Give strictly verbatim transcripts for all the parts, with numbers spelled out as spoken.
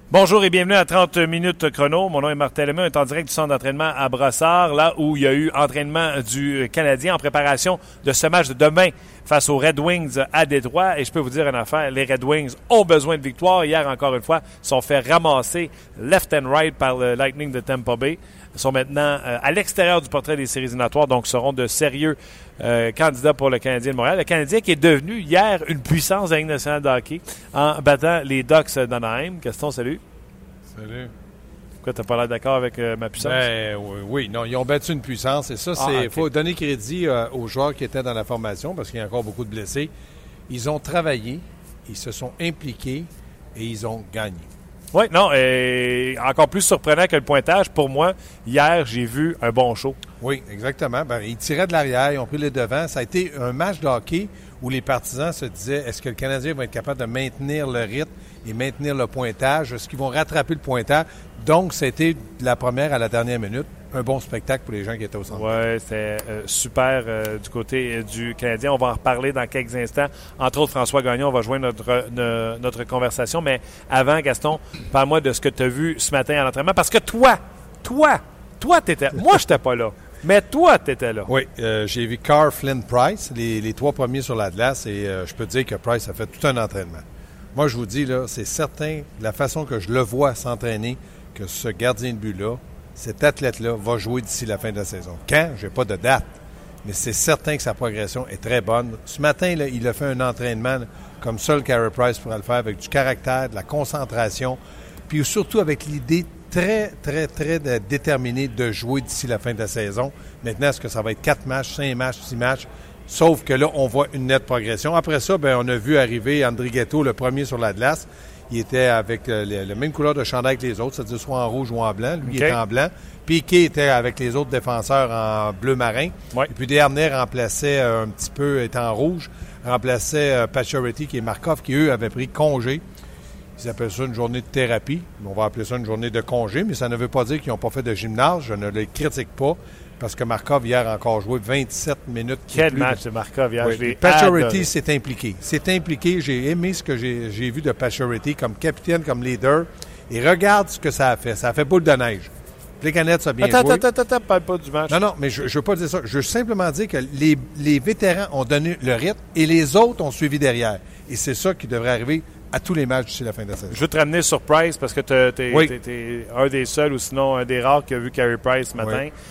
Bonjour et bienvenue à trente minutes chrono. Mon nom est Martin Lemay, on est en direct du centre d'entraînement à Brossard, là où il y a eu entraînement du Canadien en préparation de ce match de demain face aux Red Wings à Détroit. Et je peux vous dire une affaire, les Red Wings ont besoin de victoire. Hier, encore une fois, ils sont fait ramasser left and right par le Lightning de Tampa Bay. Ils sont maintenant euh, à l'extérieur du portrait des séries éliminatoires, donc seront de sérieux euh, candidats pour le Canadien de Montréal. Le Canadien qui est devenu hier une puissance de la Ligue nationale de hockey en battant les Ducks d'Anaheim. Gaston, salut. Salut. Pourquoi tu n'as pas l'air d'accord avec euh, ma puissance? Ben, oui, oui, non, ils ont battu une puissance et ça, c'est. Il ah, okay. faut donner crédit euh, aux joueurs qui étaient dans la formation parce qu'il y a encore beaucoup de blessés. Ils ont travaillé, ils se sont impliqués et ils ont gagné. Oui, non, et encore plus surprenant que le pointage, pour moi, hier, j'ai vu un bon show. Oui, exactement. Ben, ils tiraient de l'arrière, ils ont pris les devants. Ça a été un match de hockey où les partisans se disaient, est-ce que le Canadien va être capable de maintenir le rythme et maintenir le pointage? Est-ce qu'ils vont rattraper le pointage? Donc, c'était de la première à la dernière minute un bon spectacle pour les gens qui étaient au centre. Oui, c'était euh, super euh, du côté euh, du Canadien. On va en reparler dans quelques instants. Entre autres, François Gagnon va joindre notre, ne, notre conversation. Mais avant, Gaston, parle-moi de ce que tu as vu ce matin à l'entraînement. Parce que toi, toi, toi, tu étais... Moi, je n'étais pas là. Mais toi, tu étais là. Oui, euh, j'ai vu Carr, Flynn, Price, les, les trois premiers sur la glace. Et euh, je peux te dire que Price a fait tout un entraînement. Moi, je vous dis, là, c'est certain, la façon que je le vois s'entraîner, que ce gardien de but-là, cet athlète-là va jouer d'ici la fin de la saison. Quand? Je n'ai pas de date. Mais c'est certain que sa progression est très bonne. Ce matin, là, il a fait un entraînement là, comme seul Carey Price pourrait le faire, avec du caractère, de la concentration, puis surtout avec l'idée très, très, très de, déterminée de jouer d'ici la fin de la saison. Maintenant, est-ce que ça va être quatre matchs, cinq matchs, six matchs? Sauf que là, on voit une nette progression. Après ça, bien, on a vu arriver André Ghetto, le premier sur la glace. Il était avec le, le, le même couleur de chandail que les autres, c'est-à-dire soit en rouge ou en blanc. Lui, okay. Il était en blanc. Piquet était avec les autres défenseurs en bleu marin. Ouais. Et puis Desharnais remplaçait euh, un petit peu, était en rouge, remplaçait euh, Pacioretty, qui est Markov, qui, eux, avaient pris congé. Ils appellent ça une journée de thérapie. On va appeler ça une journée de congé, mais ça ne veut pas dire qu'ils n'ont pas fait de gymnase. Je ne les critique pas. Parce que Markov, hier, a encore joué vingt-sept minutes. Quel match de Markov hier. Oui. Pacioretty s'est impliqué. C'est impliqué. J'ai aimé ce que j'ai, j'ai vu de Pacioretty comme capitaine, comme leader. Et regarde ce que ça a fait. Ça a fait boule de neige. Les canettes, ça a bien attends, joué. Attends, attends, attends, parle pas du match. Non, non, mais je ne veux pas dire ça. Je veux simplement dire que les, les vétérans ont donné le rythme et les autres ont suivi derrière. Et c'est ça qui devrait arriver à tous les matchs d'ici la fin de la saison. Je veux te ramener sur Price parce que tu es oui. un des seuls ou sinon un des rares qui a vu Carey Price ce matin. Oui.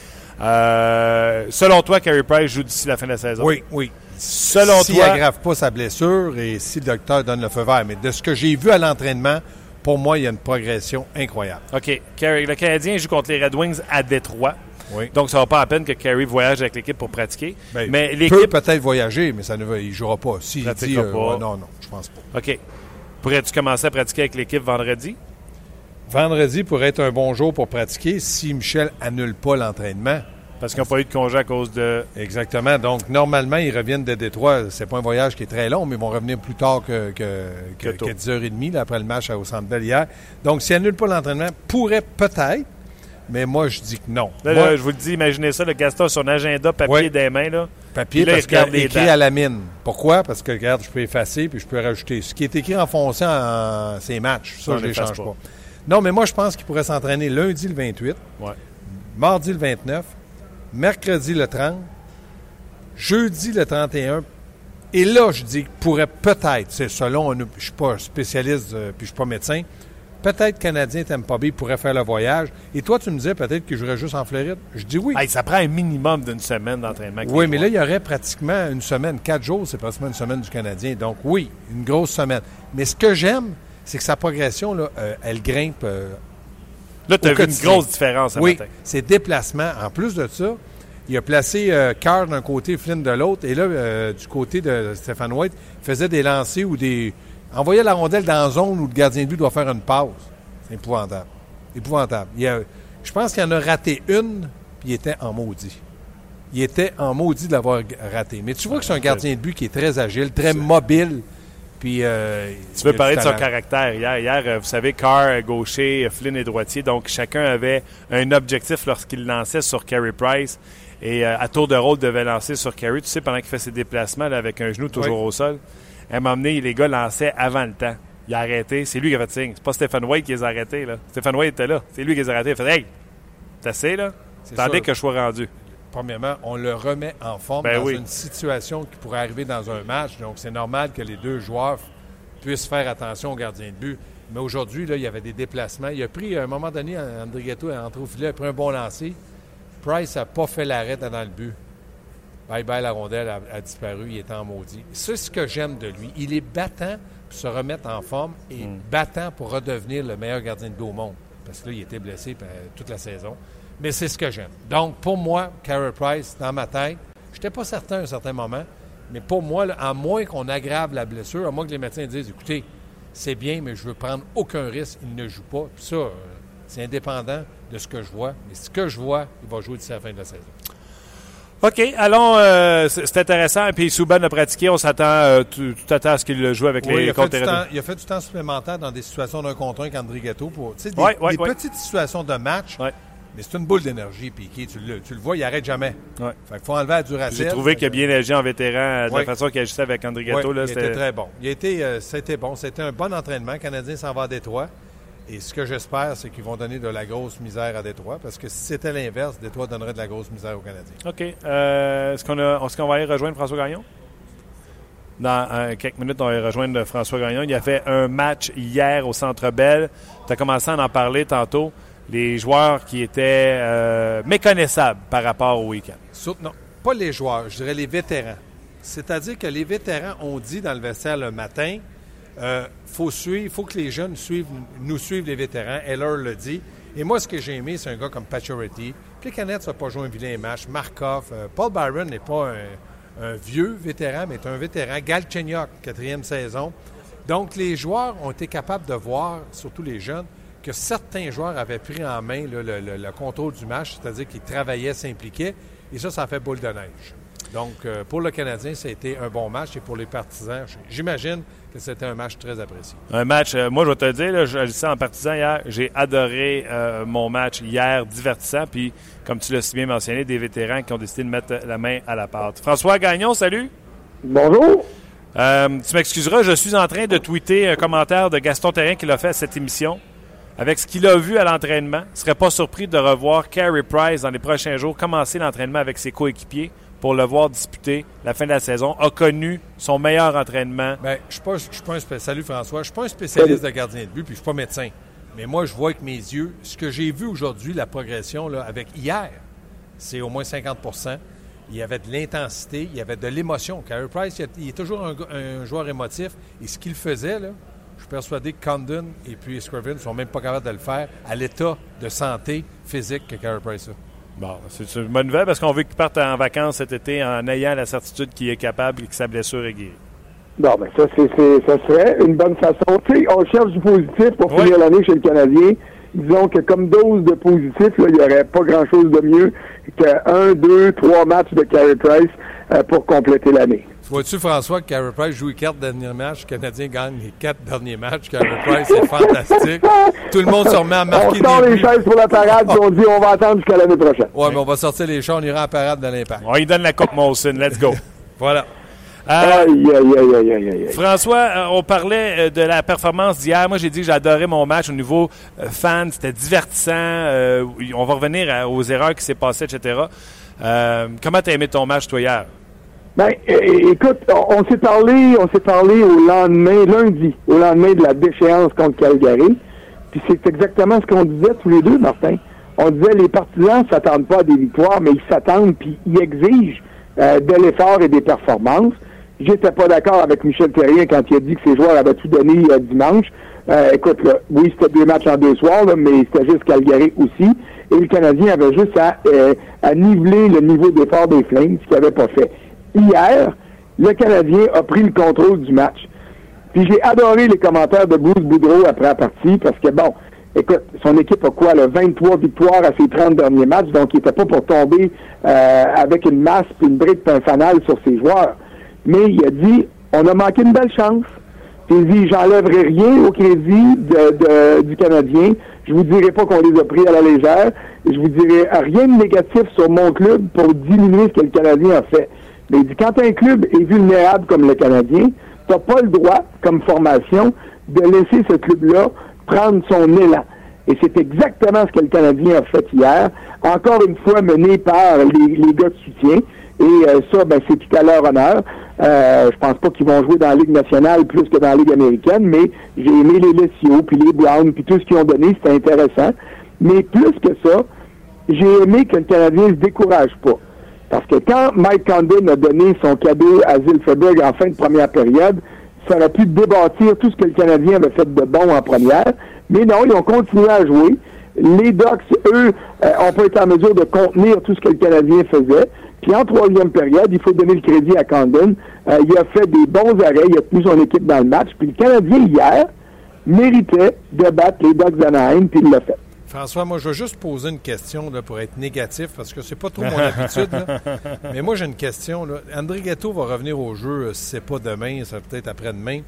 Euh, selon toi, Carey Price joue d'ici la fin de la saison? Oui, oui. Selon S'il toi, n'aggrave pas sa blessure et si le docteur donne le feu vert. Mais de ce que j'ai vu à l'entraînement, pour moi, il y a une progression incroyable. OK. Carey, le Canadien joue contre les Red Wings à Détroit. Oui. Donc, ça ne va pas la peine que Carey voyage avec l'équipe pour pratiquer. Bien, mais il l'équipe peut peut-être voyager, mais ça ne va, il ne jouera pas. S'il il dit, euh, pas. Ouais, non, non, je pense pas. OK. Pourrais-tu commencer à pratiquer avec l'équipe vendredi? Vendredi pourrait être un bon jour pour pratiquer si Michel annule pas l'entraînement. Parce qu'ils n'ont pas eu de congé à cause de... Exactement. Donc, normalement, ils reviennent de Détroit. C'est pas un voyage qui est très long, mais ils vont revenir plus tard que, que, que, que dix heures trente là, après le match au Centre Bell hier. Donc, s'ils n'annulent pas l'entraînement, pourrait peut-être, mais moi, je dis que non. Là, moi, là, je vous le dis, imaginez ça, le Gaston a son agenda papier oui. des mains. Là. Papier, là, parce qu'il est écrit à la mine. Pourquoi? Parce que, regarde, je peux effacer puis je peux rajouter. Ce qui est écrit en foncé, en, c'est match. Ça, ça je ne les change pas. pas. Non, mais moi, je pense qu'il pourrait s'entraîner lundi le vingt-huit, ouais. mardi le vingt-neuf, mercredi le trente, jeudi le trente et un. Et là, je dis qu'il pourrait peut-être, c'est selon, je ne suis pas spécialiste euh, puis je ne suis pas médecin, peut-être Canadien Tampa Bay pourrait faire le voyage. Et toi, tu me disais peut-être qu'il jouerait juste en Floride. Je dis oui. Hey, ça prend un minimum d'une semaine d'entraînement. Oui, mais là, il y aurait pratiquement une semaine. Quatre jours, c'est pratiquement une semaine du Canadien. Donc oui, une grosse semaine. Mais ce que j'aime, c'est que sa progression, là, euh, elle grimpe. Euh, Là, tu as vu une grosse différence ce oui, matin. Ses déplacements. En plus de ça, il a placé euh, Carr d'un côté, Flynn de l'autre. Et là, euh, du côté de Stéphane White, il faisait des lancers ou des... envoyait la rondelle dans la zone où le gardien de but doit faire une pause. C'est épouvantable. Épouvantable. Il a, je pense qu'il en a raté une, puis il était en maudit. Il était en maudit de l'avoir raté. Mais tu vois que c'est un gardien de but qui est très agile, très mobile. Puis, euh, tu veux parler de son caractère. Hier, hier, vous savez, Carr, gaucher, Flynn est droitier. Donc, chacun avait un objectif lorsqu'il lançait sur Carey Price. Et euh, à tour de rôle, devait lancer sur Carey. Tu sais, pendant qu'il fait ses déplacements là, avec un genou toujours oui. au sol, à un moment donné, les gars lançaient avant le temps. Il a arrêté. C'est lui qui a fait signe. C'est pas Stephen White qui les a arrêtés. Là. Stephen White était là. C'est lui qui les a arrêtés. Il a fait « Hey, t'as assez, là? Attendez que je sois rendu. » Premièrement, on le remet en forme ben dans oui. une situation qui pourrait arriver dans un match. Donc, c'est normal que les deux joueurs puissent faire attention au gardien de but. Mais aujourd'hui, là, il y avait des déplacements. Il a pris, à un moment donné, André Ghetto est entré au filet, a pris un bon lancer. Price n'a pas fait l'arrêt dans le but. Bye-bye, la rondelle a, a disparu. Il est en maudit. C'est ce que j'aime de lui. Il est battant pour se remettre en forme et mm. battant pour redevenir le meilleur gardien de but au monde. Parce que là, il était blessé toute la saison. Mais c'est ce que j'aime. Donc, pour moi, Carey Price, dans ma tête, je n'étais pas certain à un certain moment, mais pour moi, là, à moins qu'on aggrave la blessure, à moins que les médecins disent, écoutez, c'est bien, mais je veux prendre aucun risque, il ne joue pas. Puis ça, euh, c'est indépendant de ce que je vois. Mais ce que je vois, il va jouer d'ici la fin de la saison. OK, allons, euh, c'est, c'est intéressant. Puis Subban a pratiqué, on s'attend euh, tout, tout à temps à ce qu'il joue avec oui, les contre les temps, il a fait du temps supplémentaire dans des situations d'un contre un qu'André Ghetto. Pour, tu sais, des, ouais, ouais, des ouais. petites situations de match, ouais. mais c'est une boule d'énergie, Piqué. Tu le, tu le vois, il n'arrête jamais. Ouais. Fait qu'il faut enlever la Duracell. J'ai trouvé qu'il a bien agi en vétéran de ouais. la façon qu'il agissait avec André Ghetto. Ouais, là, il c'était... était très bon. Il a été, euh, c'était bon. C'était un bon entraînement. Le Canadien s'en va à Détroit. Et ce que j'espère, c'est qu'ils vont donner de la grosse misère à Détroit. Parce que si c'était l'inverse, Détroit donnerait de la grosse misère aux Canadiens. OK. Euh, est-ce, qu'on a, est-ce qu'on va aller rejoindre François Gagnon? Dans euh, quelques minutes, on va aller rejoindre François Gagnon. Il a fait un match hier au Centre Bell. Tu as commencé à en parler tantôt. Les joueurs qui étaient euh, méconnaissables par rapport au week-end. Surtout, non, pas les joueurs, je dirais les vétérans. C'est-à-dire que les vétérans ont dit dans le vestiaire le matin, euh, faut suivre, il faut que les jeunes suivent, nous suivent les vétérans. Heller le dit. Et moi, ce que j'ai aimé, c'est un gars comme Pacioretty. Puis les Canettes n'ont pas joué un vilain match. Markov, euh, Paul Byron n'est pas un, un vieux vétéran, mais est un vétéran. Galchenyuk, quatrième saison. Donc, les joueurs ont été capables de voir, surtout les jeunes, que certains joueurs avaient pris en main là, le, le, le contrôle du match, c'est-à-dire qu'ils travaillaient, s'impliquaient, et ça, ça a fait boule de neige. Donc, euh, pour le Canadien, ça a été un bon match, et pour les partisans, j'imagine que c'était un match très apprécié. Un match, euh, moi, je vais te le dire, là, je le sais en partisan hier, j'ai adoré euh, mon match hier, divertissant, puis, comme tu l'as si bien mentionné, des vétérans qui ont décidé de mettre la main à la pâte. François Gagnon, salut! Bonjour! Euh, tu m'excuseras, je suis en train de tweeter un commentaire de Gaston Therrien qui l'a fait à cette émission. Avec ce qu'il a vu à l'entraînement, il ne serait pas surpris de revoir Carey Price dans les prochains jours commencer l'entraînement avec ses coéquipiers pour le voir disputer la fin de la saison. A connu son meilleur entraînement. Bien, je ne suis pas un spécialiste. Salut François. Je ne suis pas un spécialiste de gardien de but, puis je ne suis pas médecin. Mais moi, je vois avec mes yeux, ce que j'ai vu aujourd'hui, la progression là, avec hier, c'est au moins cinquante pour cent. Il y avait de l'intensité, il y avait de l'émotion. Carey Price, il est toujours un, un joueur émotif. Et ce qu'il faisait, là, je suis persuadé que Condon et puis Scriven ne sont même pas capables de le faire à l'état de santé physique que Carey Price a. Bon, c'est une bonne nouvelle parce qu'on veut qu'il parte en vacances cet été en ayant la certitude qu'il est capable et que sa blessure est guérie. Non, mais ça, c'est, c'est, ça serait une bonne façon. Tu sais, on cherche du positif pour oui. finir l'année chez le Canadien. Disons que comme dose de positif, là, il n'y aurait pas grand-chose de mieux qu'un, deux, trois matchs de Carey Price euh, pour compléter l'année. Vois-tu, François, que Carey Price joue les quatre derniers matchs, le Canadien gagne les quatre derniers matchs. Carey Price, c'est fantastique. Tout le monde se remet à marquer on sort des les buts. chaises pour la parade et on dit on va attendre jusqu'à l'année prochaine. Oui, mais on va sortir les chars, on ira en parade de l'Impact. On lui donne la Coupe Molson. Let's go. Voilà. Euh, aïe, aïe, aïe, aïe, aïe, aïe. François, euh, on parlait euh, de la performance d'hier. Moi, j'ai dit que j'adorais mon match au niveau euh, fan. C'était divertissant. Euh, on va revenir à, aux erreurs qui s'est passées, et cetera. Euh, comment t'as aimé ton match, toi, hier? Ben, é- écoute, on, on s'est parlé, on s'est parlé au lendemain, lundi, au lendemain de la déchéance contre Calgary. Puis c'est exactement ce qu'on disait tous les deux, Martin. On disait les partisans ne s'attendent pas à des victoires, mais ils s'attendent puis ils exigent euh, de l'effort et des performances. J'étais pas d'accord avec Michel Therrien quand il a dit que ses joueurs avaient tout donné euh, dimanche. Euh, écoute, là, oui, c'était deux matchs en deux soirs, là, mais c'était juste Calgary aussi. Et le Canadien avait juste à, euh, à niveler le niveau d'effort des Flames, ce qu'il n'avait pas fait. Hier, le Canadien a pris le contrôle du match. Puis j'ai adoré les commentaires de Bruce Boudreau après la partie, parce que bon, écoute, son équipe a quoi, là, vingt-trois victoires à ses trente derniers matchs, donc il n'était pas pour tomber euh, avec une masse puis une brique puis un fanal sur ses joueurs. Mais il a dit, on a manqué une belle chance. Puis il dit, j'enlèverai rien au crédit de, de, du Canadien. Je vous dirai pas qu'on les a pris à la légère. Je vous dirai rien de négatif sur mon club pour diminuer ce que le Canadien a fait. Mais il dit, quand un club est vulnérable comme le Canadien, t'as pas le droit, comme formation, de laisser ce club-là prendre son élan. Et c'est exactement ce que le Canadien a fait hier, encore une fois mené par les, les gars de soutien. Et euh, ça, ben, c'est tout à leur honneur. Euh, je pense pas qu'ils vont jouer dans la Ligue nationale plus que dans la Ligue américaine, mais j'ai aimé les Lessio, puis les Browns, puis tout ce qu'ils ont donné, c'était intéressant. Mais plus que ça, j'ai aimé que le Canadien se décourage pas. Parce que quand Mike Condon a donné son cadeau à Zilferberg en fin de première période, ça aurait pu débâtir tout ce que le Canadien avait fait de bon en première. Mais non, ils ont continué à jouer. Les Ducks, eux, euh, ont pas été en mesure de contenir tout ce que le Canadien faisait. Puis en troisième période, il faut donner le crédit à Condon. Euh, il a fait des bons arrêts, il a tenu son équipe dans le match. Puis le Canadien, hier, méritait de battre les Ducks d'Anaheim, puis il l'a fait. François, moi, je vais juste poser une question là, pour être négatif, parce que c'est pas trop mon habitude. Là. Mais moi, j'ai une question. Là. André Ghetto va revenir au jeu, si c'est pas demain, ça peut-être après-demain.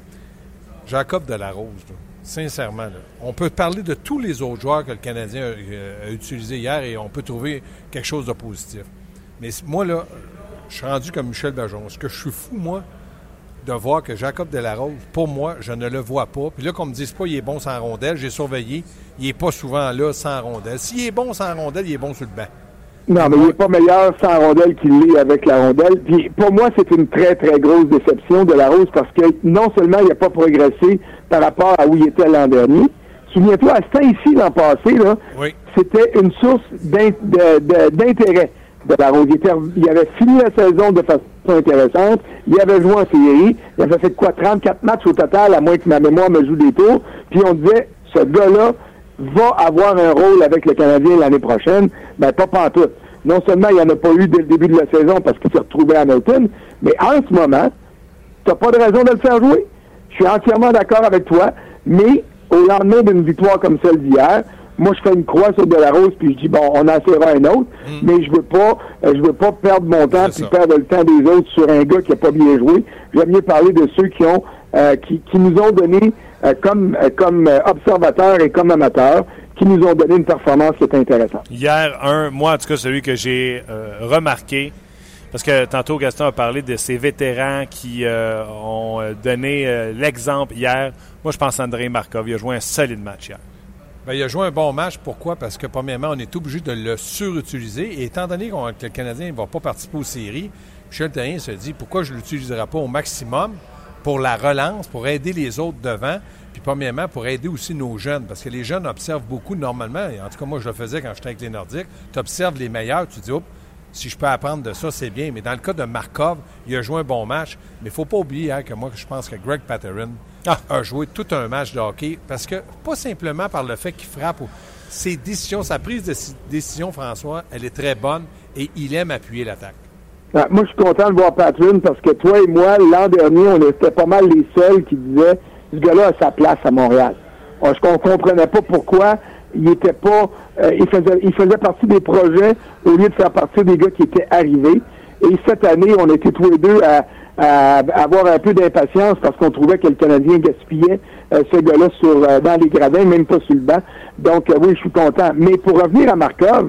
Jacob Delarose, là, sincèrement, là, on peut parler de tous les autres joueurs que le Canadien a, a utilisés hier et on peut trouver quelque chose de positif. Mais moi, là, je suis rendu comme Michel Bergeron. Est-ce que je suis fou, moi, de voir que Jacob Delarose, pour moi, je ne le vois pas. Puis là, qu'on me dise pas il est bon sans rondelle, j'ai surveillé, il n'est pas souvent là sans rondelle. S'il est bon sans rondelle, il est bon sur le banc. Non, mais il n'est pas meilleur sans rondelle qu'il l'est avec la rondelle. Puis pour moi, c'est une très, très grosse déception de Delarose parce que non seulement il n'a pas progressé par rapport à où il était l'an dernier, souviens-toi, à Saint-Ici l'an passé, là, oui. C'était une source d'in- de, de, d'intérêt. Delarose. Il, était, il avait fini la saison de façon intéressante. Il avait joué en série. Il avait fait quoi? trente-quatre matchs au total, à moins que ma mémoire me joue des tours. Puis on disait, ce gars-là va avoir un rôle avec le Canadien l'année prochaine. Ben, pas pantoute. Non seulement il n'y en a pas eu dès le début de la saison parce qu'il s'est retrouvé à Hamilton, mais en ce moment, tu n'as pas de raison de le faire jouer. Je suis entièrement d'accord avec toi, mais au lendemain d'une victoire comme celle d'hier, moi, je fais une croix sur Delarose, puis je dis, bon, on en essaiera un autre, mm. mais je veux pas euh, je veux pas perdre mon temps puis perdre le temps des autres sur un gars qui a pas bien joué. J'aime mieux parler de ceux qui ont euh, qui, qui nous ont donné, euh, comme, euh, comme euh, observateurs et comme amateurs, qui nous ont donné une performance qui est intéressante. Hier, un, moi, en tout cas, celui que j'ai euh, remarqué, parce que tantôt, Gaston a parlé de ces vétérans qui euh, ont donné euh, l'exemple hier. Moi, je pense à Andrei Markov. Il a joué un solide match hier. Bien, il a joué un bon match. Pourquoi? Parce que, premièrement, on est obligé de le surutiliser. Et étant donné qu'on, que le Canadien ne va pas participer aux séries, Michel Therrien se dit pourquoi je ne l'utiliserai pas au maximum pour la relance, pour aider les autres devant, puis premièrement, pour aider aussi nos jeunes. Parce que les jeunes observent beaucoup normalement. Et en tout cas, moi, je le faisais quand j'étais avec les Nordiques. Tu observes les meilleurs, tu dis, oups, si je peux apprendre de ça, c'est bien. Mais dans le cas de Markov, il a joué un bon match. Mais il ne faut pas oublier hein, que moi, je pense que Greg Pateryn ah. a joué tout un match de hockey. Parce que, pas simplement par le fait qu'il frappe. Ses décisions, sa prise de décision, François, elle est très bonne et il aime appuyer l'attaque. Ah, moi, je suis content de voir Pateryn parce que toi et moi, l'an dernier, on était pas mal les seuls qui disaient ce gars-là a sa place à Montréal. On ne comprenait pas pourquoi il était pas... Euh, il, faisait, il faisait partie des projets au lieu de faire partie des gars qui étaient arrivés. Et cette année, on était tous les deux à, à, à avoir un peu d'impatience parce qu'on trouvait que le Canadien gaspillait euh, ce gars-là sur, euh, dans les gradins, même pas sur le banc. Donc, euh, oui, je suis content. Mais pour revenir à Markov,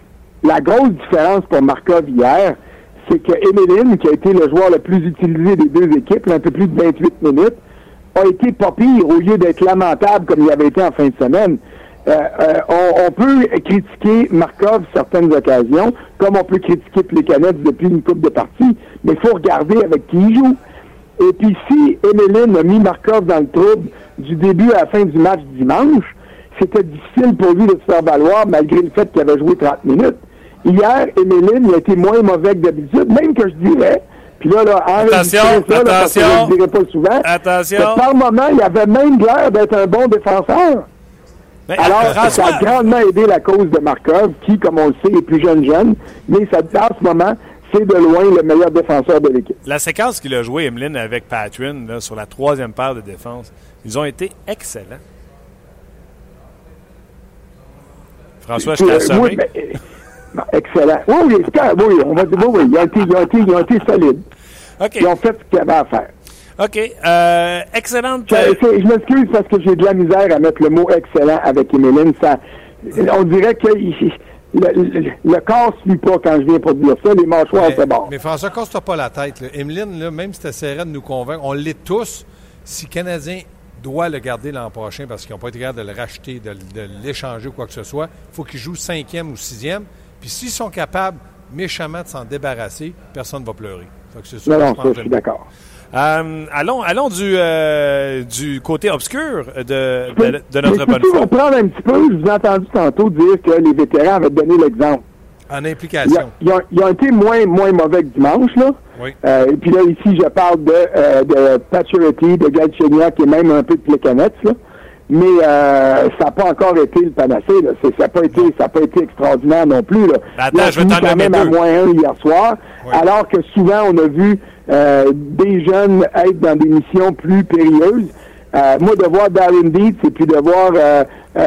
la grosse différence pour Markov hier, c'est que Emelin, qui a été le joueur le plus utilisé des deux équipes, un peu plus de vingt-huit minutes, a été pas pire au lieu d'être lamentable comme il avait été en fin de semaine. Euh, euh, on, on peut critiquer Markov certaines occasions, comme on peut critiquer Plekanec depuis une couple de parties, mais il faut regarder avec qui il joue. Et puis si Emelin a mis Markov dans le trouble du début à la fin du match dimanche, c'était difficile pour lui de se faire valoir malgré le fait qu'il avait joué trente minutes. Hier, Emelin il a été moins mauvais que d'habitude, même que je dirais, puis là, là, attention, ça, là, attention, parce que je ne dirais pas souvent, attention. que par moment, il avait même l'air d'être un bon défenseur. Mais, alors, François... ça a grandement aidé la cause de Markov, qui, comme on le sait, est plus jeune jeune, mais ça, en ce moment, c'est de loin le meilleur défenseur de l'équipe. La séquence qu'il a joué, Emelin, avec Pateryn, là, sur la troisième paire de défense, ils ont été excellents. François, je t'ai assommé. Oui, mais, excellent. Oui, oui, oui, on va dire, oui, oui, ils ont été, ils ont été, ils ont été solides. Okay. Ils ont fait ce qu'ils avaient à faire. OK. Euh, excellente. Je, je m'excuse parce que j'ai de la misère à mettre le mot excellent avec Emelin. Ça, on dirait que il, le, le, le corps ne suit pas quand je viens pour dire ça. Les mâchoires, c'est bon. Mais François, casse-toi pas la tête. Emelin, même si tu essaierais de nous convaincre, on l'est tous. Si le Canadien doit le garder l'an prochain parce qu'ils n'ont pas été capables de le racheter, de, de l'échanger ou quoi que ce soit. Il faut qu'ils jouent cinquième ou sixième. Puis s'ils sont capables méchamment de s'en débarrasser, personne ne va pleurer. Fait que c'est ça non, que non, je pense ça, je suis d'accord. Euh, allons allons du, euh, du côté obscur de, peux, de, de notre bonne foi. Je peux reprendre un petit peu. Je vous ai entendu tantôt dire que les vétérans avaient donné l'exemple. En implication. Ils ont, ils ont été moins, moins mauvais que dimanche, là. Oui. Euh, et puis là, ici, je parle de, euh, de Pacioretty, de Galchenyuk et même un peu de Plekanec, là. Mais euh, ça n'a pas encore été le panacée, là. C'est, ça n'a pas été, ça a pas été extraordinaire non plus, là. Attends, là, je vais t'en quand même nommer à deux. moins un hier soir, Oui. alors que souvent, on a vu euh, des jeunes être dans des missions plus périlleuses. Euh, moi, de voir Darren Dietz et puis de voir euh,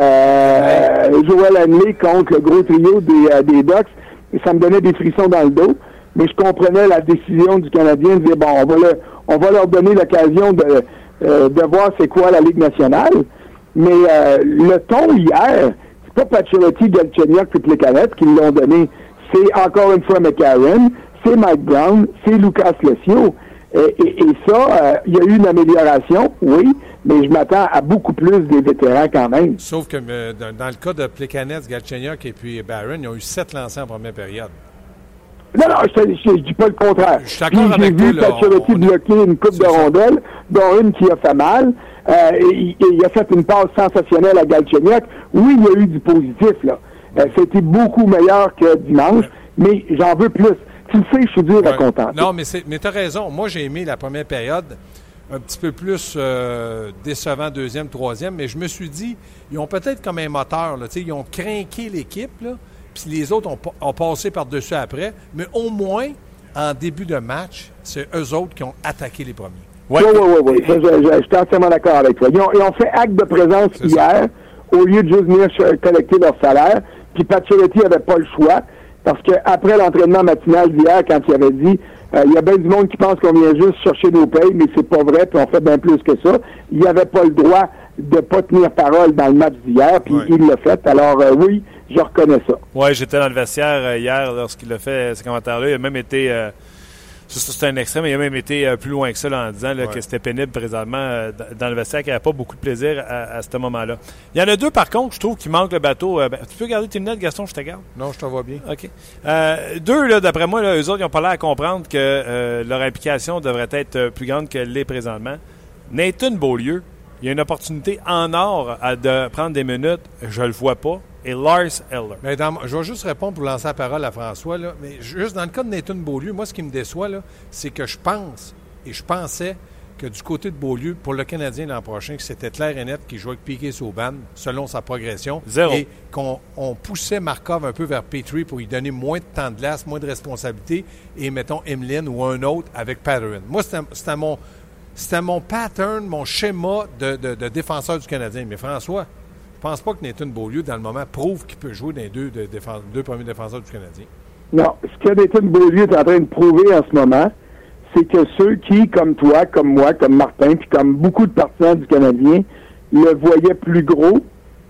euh, Joel Hanley contre le gros trio des, euh, des Ducks, ça me donnait des frissons dans le dos. Mais je comprenais la décision du Canadien de dire, bon, on va, le, on va leur donner l'occasion de, euh, de voir c'est quoi la Ligue nationale. Mais euh, le ton hier, c'est pas Pacioretty, Galchenyuk et Plekanec qui l'ont donné. C'est encore une fois McCarron, c'est Mike Brown, c'est Lucas Lessio. Et, et, et ça, il euh, y a eu une amélioration, oui, mais je m'attends à beaucoup plus des vétérans quand même. Sauf que euh, dans, dans le cas de Plekanec, Galchenyuk et puis Barron, ils ont eu sept lancers en première période. Non, non, je ne dis pas le contraire. Je suis d'accord Puis, avec j'ai vu toi, là, Pacioretty on- on- bloquer une coupe C'est de ça. rondelles, dont une qui a fait mal. Euh, et, et il a fait une passe sensationnelle à Galchenyuk. Oui, il y a eu du positif, là. Euh, c'était beaucoup meilleur que dimanche, mais j'en veux plus. Tu le sais, je suis dur à Ouais. contenter. Non, mais, c'est, mais tu as raison. Moi, j'ai aimé la première période un petit peu plus euh, décevant, deuxième, troisième, mais je me suis dit, ils ont peut-être comme un moteur, là, tu sais, ils ont craqué l'équipe, là, puis les autres ont, pa- ont passé par-dessus après, mais au moins, en début de match, c'est eux autres qui ont attaqué les premiers. Ouais. Oui, oui, oui, oui. Ça, je, je, je suis entièrement d'accord avec toi. Ils ont, ils ont fait acte de présence C'est hier, au lieu de juste venir ch- collecter leur salaire. Puis Pacioretty n'avait pas le choix, parce qu'après l'entraînement matinal d'hier, quand il avait dit euh, il y a bien du monde qui pense qu'on vient juste chercher nos payes, mais c'est pas vrai, puis on fait bien plus que ça. Il n'avait pas le droit de pas tenir parole dans le match d'hier, puis Ouais. il l'a fait. Alors euh, oui, je reconnais ça. Oui, j'étais dans le vestiaire euh, hier lorsqu'il a fait ces commentaires-là. Il a même été. Euh, ça, ça, c'est un extrait, mais il a même été euh, plus loin que ça là, en disant là, Ouais. que c'était pénible présentement euh, d- dans le vestiaire, qu'il n'y avait pas beaucoup de plaisir à, à ce moment-là. Il y en a deux, par contre, je trouve, qui manquent le bateau. Euh, ben, tu peux garder tes lunettes, Gaston, je te garde? Non, je te vois bien. OK. Euh, deux, là, d'après moi, là, eux autres, ils n'ont pas l'air à comprendre que euh, leur implication devrait être euh, plus grande qu'elle l'est présentement. Nathan Beaulieu, il y a une opportunité en or à, de prendre des minutes. Je le vois pas. Et Lars Eller. Mais dans, je vais juste répondre pour lancer la parole à François. Là, mais juste dans le cas de Nathan Beaulieu, moi, ce qui me déçoit, là, c'est que je pense et je pensais que du côté de Beaulieu, pour le Canadien l'an prochain, que c'était clair et net qu'il jouait avec Piquet Sauban, selon sa progression. Zéro. Et qu'on on poussait Markov un peu vers Petrie pour lui donner moins de temps de glace, moins de responsabilité, et mettons Emeline ou un autre avec Patterson. Moi, c'était, c'était, mon, c'était mon pattern, mon schéma de, de, de défenseur du Canadien. Mais François, je pense pas que Nathan Beaulieu, dans le moment, prouve qu'il peut jouer dans les deux, de défense, deux premiers défenseurs du Canadien. Non, ce que Nathan Beaulieu est en train de prouver en ce moment, c'est que ceux qui, comme toi, comme moi, comme Martin, puis comme beaucoup de partisans du Canadien, le voyaient plus gros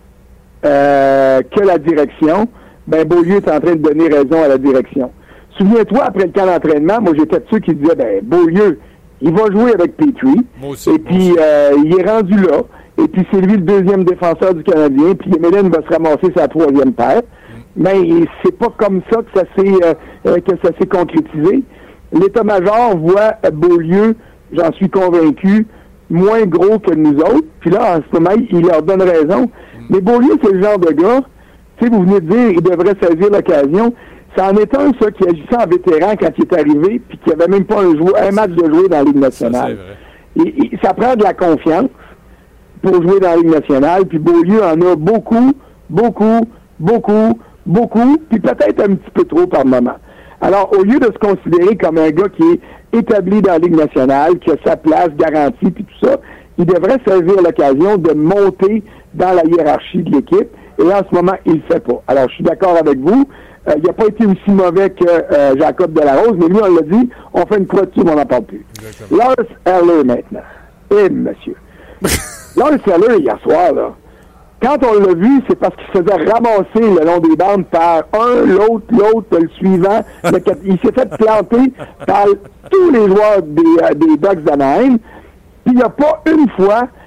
euh, que la direction, ben Beaulieu est en train de donner raison à la direction. Souviens-toi, après le camp d'entraînement, moi j'étais de ceux qui disaient, ben Beaulieu, il va jouer avec Petrie, Moi aussi, et moi puis aussi. euh, il est rendu là, et puis c'est lui le deuxième défenseur du Canadien, puis Emeline va se ramasser sa troisième paire. Mais c'est pas comme ça que ça s'est euh, euh, que ça s'est concrétisé. L'état-major voit Beaulieu, j'en suis convaincu, moins gros que nous autres. Puis là, en ce moment, il leur donne raison. Mais Beaulieu, c'est le genre de gars, tu sais, vous venez de dire, il devrait saisir l'occasion. Ça en est un, ça, qui agissait en vétéran quand il est arrivé, puis qui avait même pas un, jou- un match de jouer dans la Ligue Ça, c'est nationale. vrai. Et, et ça prend de la confiance pour jouer dans la Ligue nationale. Puis Beaulieu en a beaucoup, beaucoup, beaucoup, beaucoup, puis peut-être un petit peu trop par moment. Alors, au lieu de se considérer comme un gars qui est établi dans la Ligue nationale, qui a sa place garantie, puis tout ça, il devrait saisir l'occasion de monter dans la hiérarchie de l'équipe. Et en ce moment, il ne le fait pas. Alors, je suis d'accord avec vous. Euh, il n'a pas été aussi mauvais que euh, Jacob Delarose, mais lui, on l'a dit, on fait une croix dessus, mais on n'en parle plus. Exactement. Lars Eller, maintenant. Eh, monsieur. Lars Eller, hier soir, là, quand on l'a vu, c'est parce qu'il se faisait ramasser le long des bandes par un, l'autre, l'autre, le suivant. Le, il s'est fait planter par tous les joueurs des, euh, des Ducks d'Anaheim. Puis il n'y a pas une fois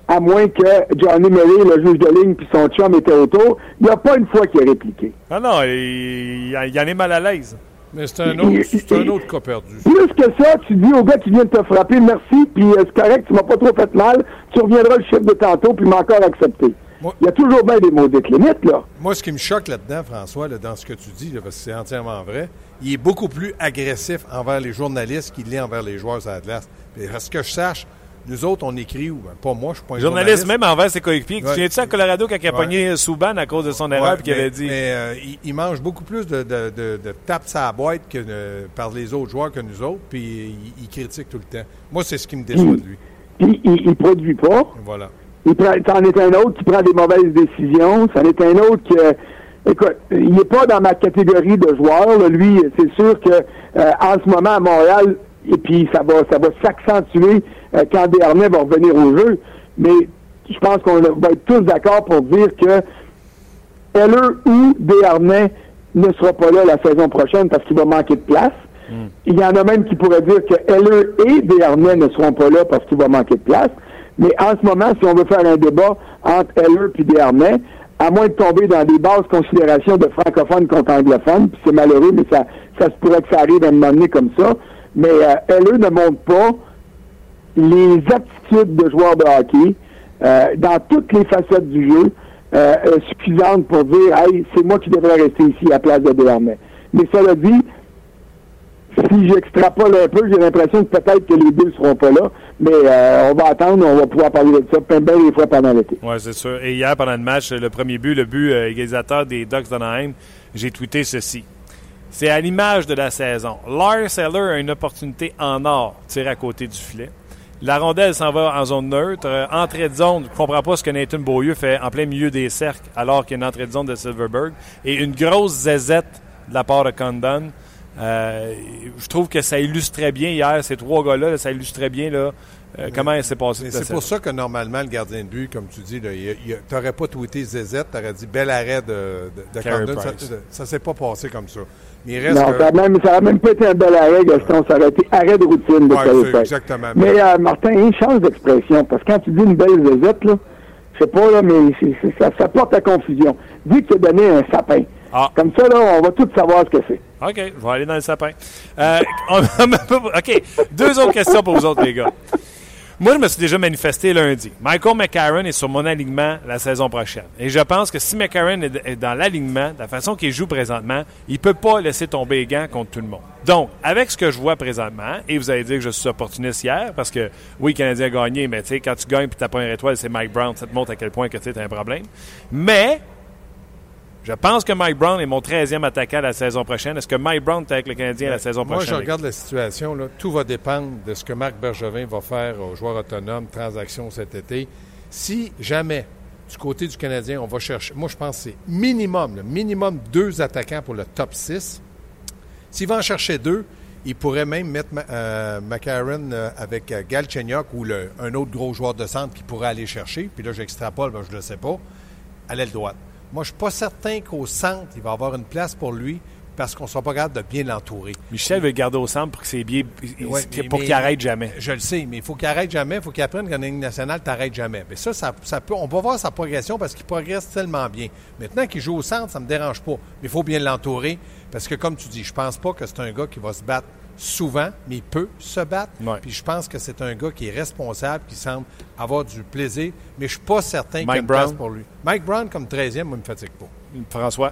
à moins que Johnny Murray, le juge de ligne, puis son chum était autour. Il n'y a pas une fois qu'il a répliqué. Ah non, il, il, il en est mal à l'aise. Mais c'est un autre, c'est un autre cas perdu. Plus que ça, tu dis au gars qui vient de te frapper, merci, puis euh, c'est correct, tu m'as pas trop fait mal, tu reviendras le chef de tantôt, puis il m'a encore accepté. Moi, il y a toujours bien des maudites limites, là. Moi, ce qui me choque là-dedans, François, là, dans ce que tu dis, là, parce que c'est entièrement vrai, il est beaucoup plus agressif envers les journalistes qu'il l'est envers les joueurs à la glace. À ce que je sache, nous autres, on écrit, ou ben, pas moi, je suis pas un journaliste. journaliste. Même envers ses coéquipiers. Ouais. Tu te souviens-tu à Colorado quand il a ouais. pogné Subban à cause de son erreur ouais, et qu'il avait dit... Mais euh, il, il mange beaucoup plus de, de, de, de tapes à la boîte que de, par les autres joueurs que nous autres, puis il, il critique tout le temps. Moi, c'est ce qui me déçoit de lui. Puis il, il produit pas. Voilà. Il prend, c'en est un autre qui prend des mauvaises décisions. C'en est un autre qui... Euh, écoute, il n'est pas dans ma catégorie de joueurs. Là. Lui, c'est sûr que euh, en ce moment, à Montréal, et puis ça va ça va s'accentuer euh, quand Desharnais va revenir au jeu. Mais je pense qu'on va être tous d'accord pour dire que L E ou Desharnais ne sera pas là la saison prochaine parce qu'il va manquer de place. Mm. Il y en a même qui pourraient dire que L E et Desharnais ne seront pas là parce qu'il va manquer de place. Mais en ce moment, si on veut faire un débat entre L E et Desharnais, à moins de tomber dans des basses considérations de francophones contre anglophones, puis c'est malheureux, mais ça, ça se pourrait que ça arrive à un moment donné comme ça, mais euh, L E ne montre pas les aptitudes de joueurs de hockey euh, dans toutes les facettes du jeu euh, euh, suffisantes pour dire « Hey, c'est moi qui devrais rester ici à la place de Desharnais ». Mais cela dit, si j'extrapole un peu, j'ai l'impression que peut-être que les deux ne seront pas là, mais euh, on va attendre, on va pouvoir parler de ça bien des fois pendant l'été. Oui, c'est sûr. Et hier, pendant le match, le premier but, le but euh, égalisateur des Ducks d'Anaheim, j'ai tweeté ceci. C'est à l'image de la saison. Lars Eller a une opportunité en or, tire à côté du filet. La rondelle s'en va en zone neutre. Euh, entrée de zone, je ne comprends pas ce que Nathan Beaulieu fait en plein milieu des cercles, alors qu'il y a une entrée de zone de Silverberg. Et une grosse zézette de la part de Condon. Euh, je trouve que ça illustrait bien hier, ces trois gars-là, là, ça illustrait bien là, euh, comment il s'est passé. C'est pour ça que normalement, le gardien de but, comme tu dis, tu n'aurais pas tweeté Zézette, tu aurais dit bel arrêt de, de, de Condon. Ça ne s'est pas passé comme ça. Mais il reste non, que... ça n'a même, même pas été un bel arrêt, Gaston, ça aurait été arrêt de routine de ouais, exactement. Mais euh, Martin, une chance d'expression, parce que quand tu dis une belle Zézette, là, je sais pas, là, mais c'est, c'est, ça, ça porte à confusion. Dis que tu as donné un sapin. Ah. Comme ça, là, on va tous savoir ce que c'est. OK, je vais aller dans le sapin. Euh, on, OK, deux autres questions pour vous autres, les gars. Moi, je me suis déjà manifesté lundi. Michael McCarron est sur mon alignement la saison prochaine. Et je pense que si McCarron est dans l'alignement, de la façon qu'il joue présentement, il ne peut pas laisser tomber les gants contre tout le monde. Donc, avec ce que je vois présentement, et vous allez dire que je suis opportuniste hier, parce que, oui, le Canadien a gagné, mais tu sais, quand tu gagnes et tu n'as pas une étoile, c'est Mike Brown, ça te montre à quel point que tu as un problème. Mais... je pense que Mike Brown est mon treizième attaquant la saison prochaine. Est-ce que Mike Brown est avec le Canadien Bien, la saison moi, prochaine? Moi, je regarde la situation. Là. Tout va dépendre de ce que Marc Bergevin va faire aux joueurs autonomes, transactions cet été. Si jamais, du côté du Canadien, on va chercher... Moi, je pense que c'est minimum, là, minimum deux attaquants pour le top six. S'il va en chercher deux, il pourrait même mettre euh, McCarron euh, avec euh, Galchenyuk ou le, un autre gros joueur de centre qui pourrait aller chercher. Puis là, j'extrapole, ben, je ne le sais pas, à l'aile droite. Moi, je ne suis pas certain qu'au centre, il va y avoir une place pour lui parce qu'on ne sera pas capable de bien l'entourer. Michel veut le garder au centre pour que c'est bien, ouais, pour mais, qu'il arrête jamais. Je le sais, mais il faut qu'il arrête jamais. Il faut qu'il apprenne qu'en Ligue nationale, tu n'arrêtes jamais. Mais ça, ça, ça peut, on va voir sa progression parce qu'il progresse tellement bien. Maintenant qu'il joue au centre, ça ne me dérange pas. Mais il faut bien l'entourer parce que, comme tu dis, je pense pas que c'est un gars qui va se battre souvent, mais il peut se battre. Ouais. Puis je pense que c'est un gars qui est responsable, qui semble avoir du plaisir, mais je ne suis pas certain qu'il y a une place pour lui. Mike Brown, comme treizième, moi, ne me fatigue pas. François?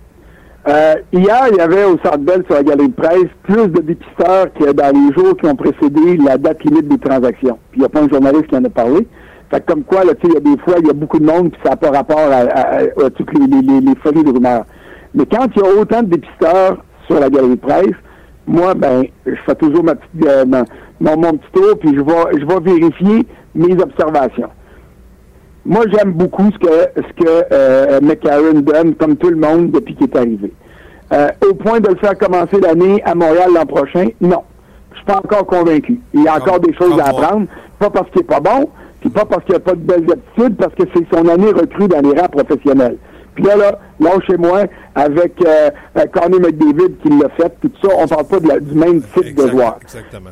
Euh, hier, il y avait au Centre Bell, sur la galerie de presse, plus de dépisteurs que dans les jours qui ont précédé la date limite des transactions. Puis il n'y a pas un journaliste qui en a parlé. Fait que comme quoi, là, tu sais, il y a des fois, il y a beaucoup de monde, puis ça n'a pas rapport à, à, à, à toutes les, les, les folies de rumeurs. Mais quand il y a autant de dépisteurs sur la galerie de presse, moi, ben, je fais toujours ma petite, euh, mon, mon, mon petit tour, puis je vais, je vais vérifier mes observations. Moi, j'aime beaucoup ce que, ce que euh, McCarron donne, comme tout le monde, depuis qu'il est arrivé. Euh, au point de le faire commencer l'année à Montréal l'an prochain, non. Je suis pas encore convaincu. Il y a encore des choses à apprendre. Pas parce qu'il est pas bon, puis pas parce qu'il n'a pas de belles aptitudes, parce que c'est son année recrue dans les rangs professionnels. Puis là, là, lâchez-moi avec euh, Connor McDavid qui l'a fait, tout ça, on parle pas de la, du même type exact, de joueur. Exactement.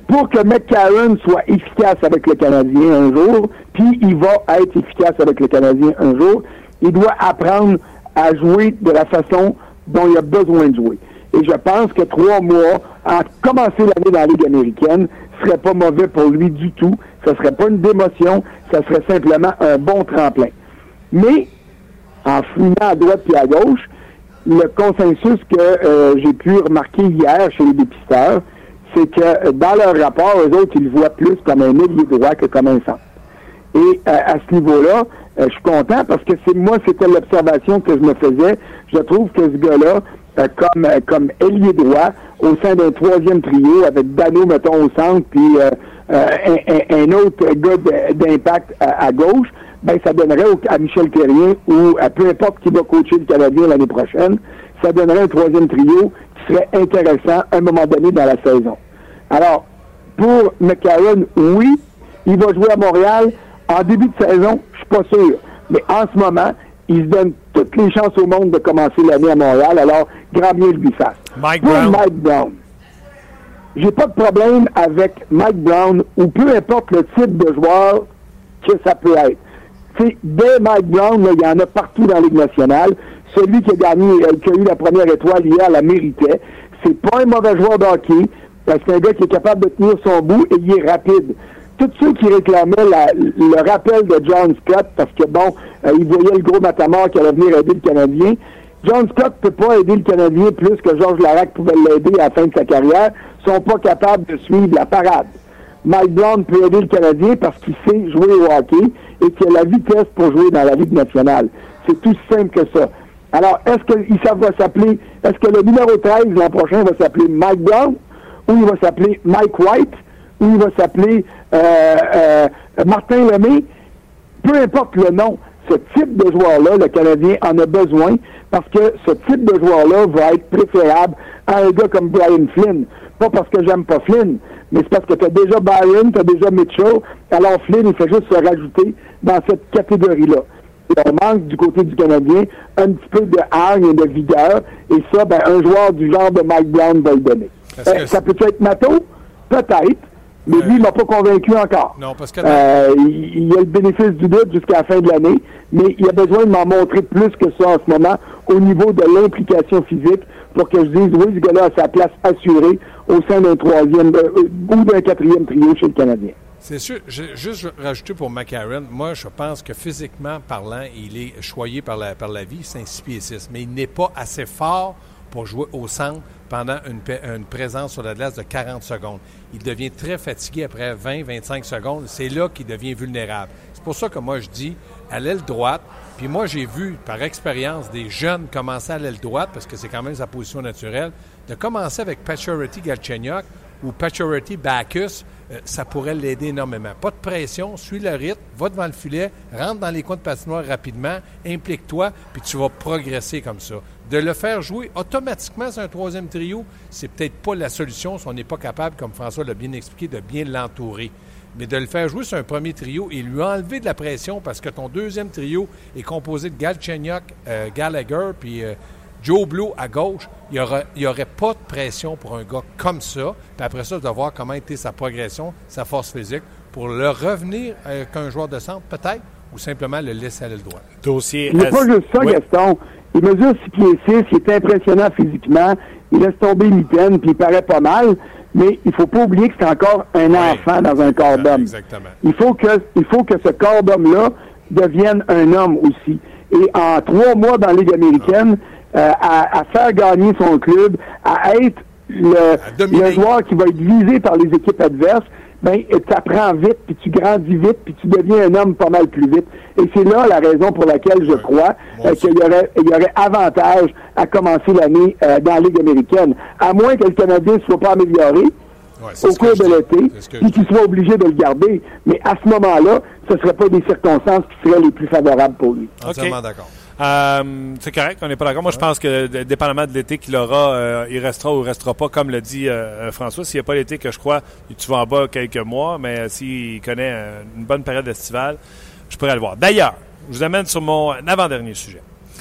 pour que McCarron soit efficace avec le Canadien un jour, puis il va être efficace avec le Canadien un jour, il doit apprendre à jouer de la façon dont il a besoin de jouer. Et je pense que trois mois, à commencer l'année dans la Ligue américaine, serait pas mauvais pour lui du tout. Ce serait pas une démotion, ça serait simplement un bon tremplin. Mais, en fouillant à droite et à gauche, le consensus que euh, j'ai pu remarquer hier chez les dépisteurs, c'est que dans leur rapport, eux autres, ils le voient plus comme un ailier droit que comme un centre. Et euh, à ce niveau-là, euh, je suis content parce que c'est moi, c'était l'observation que je me faisais. Je trouve que ce gars-là, euh, comme euh, comme ailier droit, au sein d'un troisième trio, avec Dano, mettons, au centre, puis euh, euh, un, un, un autre gars d'impact à, à gauche, ben ça donnerait au, à Michel Therrien ou à peu importe qui va coacher le Canadien l'année prochaine, ça donnerait un troisième trio qui serait intéressant à un moment donné dans la saison. Alors, pour McCarron, oui, il va jouer à Montréal. En début de saison, je suis pas sûr. Mais en ce moment, il se donne toutes les chances au monde de commencer l'année à Montréal. Alors, grand bien lui fasse. Mike pour Brown. Mike Brown, j'ai pas de problème avec Mike Brown ou peu importe le type de joueur que ça peut être. T'sais, dès Mike Brown, là, il y en a partout dans la Ligue nationale. Celui qui a gagné, euh, qui a eu la première étoile hier, la méritait. C'est pas un mauvais joueur de hockey, parce que c'est un gars qui est capable de tenir son bout et il est rapide. Tous ceux qui réclamaient la, le rappel de John Scott, parce que bon, euh, il voyait le gros matamor qui allait venir aider le Canadien. John Scott ne peut pas aider le Canadien plus que Georges Laraque pouvait l'aider à la fin de sa carrière. Ils sont pas capables de suivre la parade. Mike Brown peut aider le Canadien parce qu'il sait jouer au hockey et qu'il a la vitesse pour jouer dans la Ligue nationale. C'est tout simple que ça. Alors, est-ce qu'il va s'appeler, est-ce que le numéro treize l'an prochain va s'appeler Mike Brown ou il va s'appeler Mike White ou il va s'appeler euh, euh, Martin Lemay? Peu importe le nom, ce type de joueur-là, le Canadien en a besoin parce que ce type de joueur-là va être préférable à un gars comme Brian Flynn. Pas parce que j'aime pas Flynn, mais c'est parce que tu as déjà Byron, tu as déjà Mitchell, alors Flynn, il fait juste se rajouter dans cette catégorie-là. Et on manque du côté du Canadien un petit peu de hargne et de vigueur, et ça, ben, un joueur du genre de Mike Brown va le donner. Euh, ça peut être Matteau? Peut-être, mais lui, il m'a pas convaincu encore. Non, parce que... Euh, il, il a le bénéfice du doute jusqu'à la fin de l'année, mais il a besoin de m'en montrer plus que ça en ce moment au niveau de l'implication physique pour que je dise, oui, ce gars-là a sa place assurée au sein d'un troisième euh, ou d'un quatrième trio chez le Canadien. C'est sûr. J'ai juste rajouté pour McCarron, moi, je pense que physiquement parlant, il est choyé par la, par la vie, c'est un six pieds six, mais il n'est pas assez fort pour jouer au centre pendant une, une présence sur la glace de quarante secondes. Il devient très fatigué après vingt à vingt-cinq secondes. C'est là qu'il devient vulnérable. C'est pour ça que moi, je dis à l'aile droite, puis moi, j'ai vu par expérience des jeunes commencer à l'aile droite, parce que c'est quand même sa position naturelle, de commencer avec Pacioretty-Galchenyuk ou Pacioretty-Bacchus, euh, ça pourrait l'aider énormément. Pas de pression, suis le rythme, va devant le filet, rentre dans les coins de patinoire rapidement, implique-toi, puis tu vas progresser comme ça. De le faire jouer automatiquement sur un troisième trio, c'est peut-être pas la solution si on n'est pas capable, comme François l'a bien expliqué, de bien l'entourer. Mais de le faire jouer sur un premier trio et lui enlever de la pression parce que ton deuxième trio est composé de Galchenyuk, euh, Gallagher, puis euh, Joe Blue à gauche, il n'y aurait pas de pression pour un gars comme ça. Puis après ça, de voir comment était sa progression, sa force physique, pour le revenir avec un joueur de centre, peut-être, ou simplement le laisser à l'aile droite. Dossier. Il n'est pas juste ça, oui. Gaston. Il mesure six pieds six, il est impressionnant physiquement, il laisse tomber l'Itaine, puis il paraît pas mal, mais il ne faut pas oublier que c'est encore un oui. enfant dans un corps d'homme. Exactement. Il faut que, il faut que ce corps d'homme-là devienne un homme aussi. Et en trois mois dans la Ligue américaine, euh, à, à faire gagner son club, à être le, le joueur qui va être visé par les équipes adverses, ben, tu apprends vite, puis tu grandis vite, puis tu deviens un homme pas mal plus vite. Et c'est là la raison pour laquelle je crois euh, qu'il y aurait, il y aurait avantage à commencer l'année euh, dans la Ligue américaine. À moins que le Canadien ne soit pas amélioré ouais, au cours de l'été, puis qu'il soit obligé de le garder. Mais à ce moment-là, ce ne seraient pas des circonstances qui seraient les plus favorables pour lui. Entièrement okay. d'accord. Euh, c'est correct, on n'est pas d'accord. Moi, je pense que dépendamment de l'été qu'il aura, euh, il restera ou il restera pas, comme le dit euh, François. S'il n'y a pas l'été que je crois, tu vas en bas quelques mois, mais euh, s'il connaît euh, une bonne période estivale, je pourrais le voir. D'ailleurs, je vous amène sur mon avant-dernier sujet.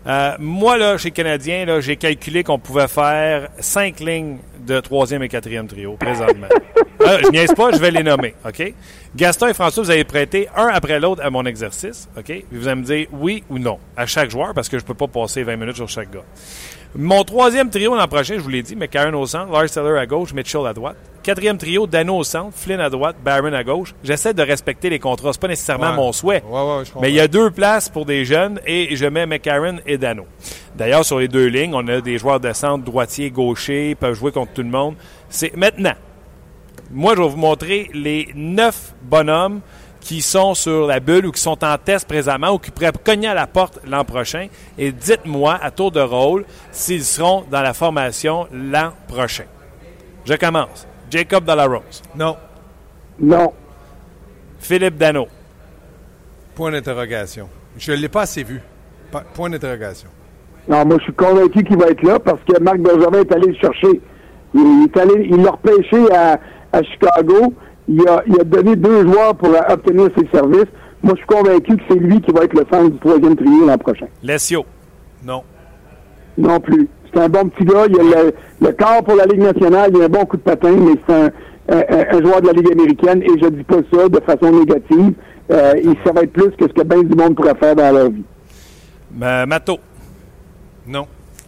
Euh, moi, là, chez Canadien, là, j'ai calculé qu'on pouvait faire cinq lignes de troisième et quatrième trio, présentement. euh, je niaise pas, je vais les nommer, OK? Gaston et François, vous avez prêté un après l'autre à mon exercice, OK? Puis vous allez me dire oui ou non à chaque joueur, parce que je peux pas passer vingt minutes sur chaque gars. Mon troisième trio l'an prochain, je vous l'ai dit, McCarron au centre, Lars Eller à gauche, Mitchell à droite. Quatrième trio, Dano au centre, Flynn à droite, Barron à gauche. J'essaie de respecter les contrats. C'est pas nécessairement ouais. mon souhait. Ouais, ouais, je comprends. Mais il y a deux places pour des jeunes et je mets McCarron et Dano. D'ailleurs, sur les deux lignes, on a des joueurs de centre, droitier, gaucher, ils peuvent jouer contre tout le monde. C'est maintenant. Moi, je vais vous montrer les neuf bonhommes qui sont sur la bulle ou qui sont en test présentement ou qui pourraient cogner à la porte l'an prochain. Et dites-moi, à tour de rôle, s'ils seront dans la formation l'an prochain. Je commence. Jacob Delarose. Non. Non. Philippe Dano. Point d'interrogation. Je ne l'ai pas assez vu. Pa- point d'interrogation. Non, moi, je suis convaincu qu'il va être là parce que Marc Bergevin est allé le chercher. Il est allé, il l'a repêché à, à Chicago. Il a, il a donné deux joueurs pour obtenir ses services. Moi, je suis convaincu que c'est lui qui va être le centre du troisième trio l'an prochain. Lessio. Non. Non plus. C'est un bon petit gars. Il a le, le corps pour la Ligue nationale. Il a un bon coup de patin, mais c'est un, un, un joueur de la Ligue américaine. Et je dis pas ça de façon négative. Euh, il ça va être plus que ce que bien du monde pourrait faire dans leur vie. Euh, Matteau. Non.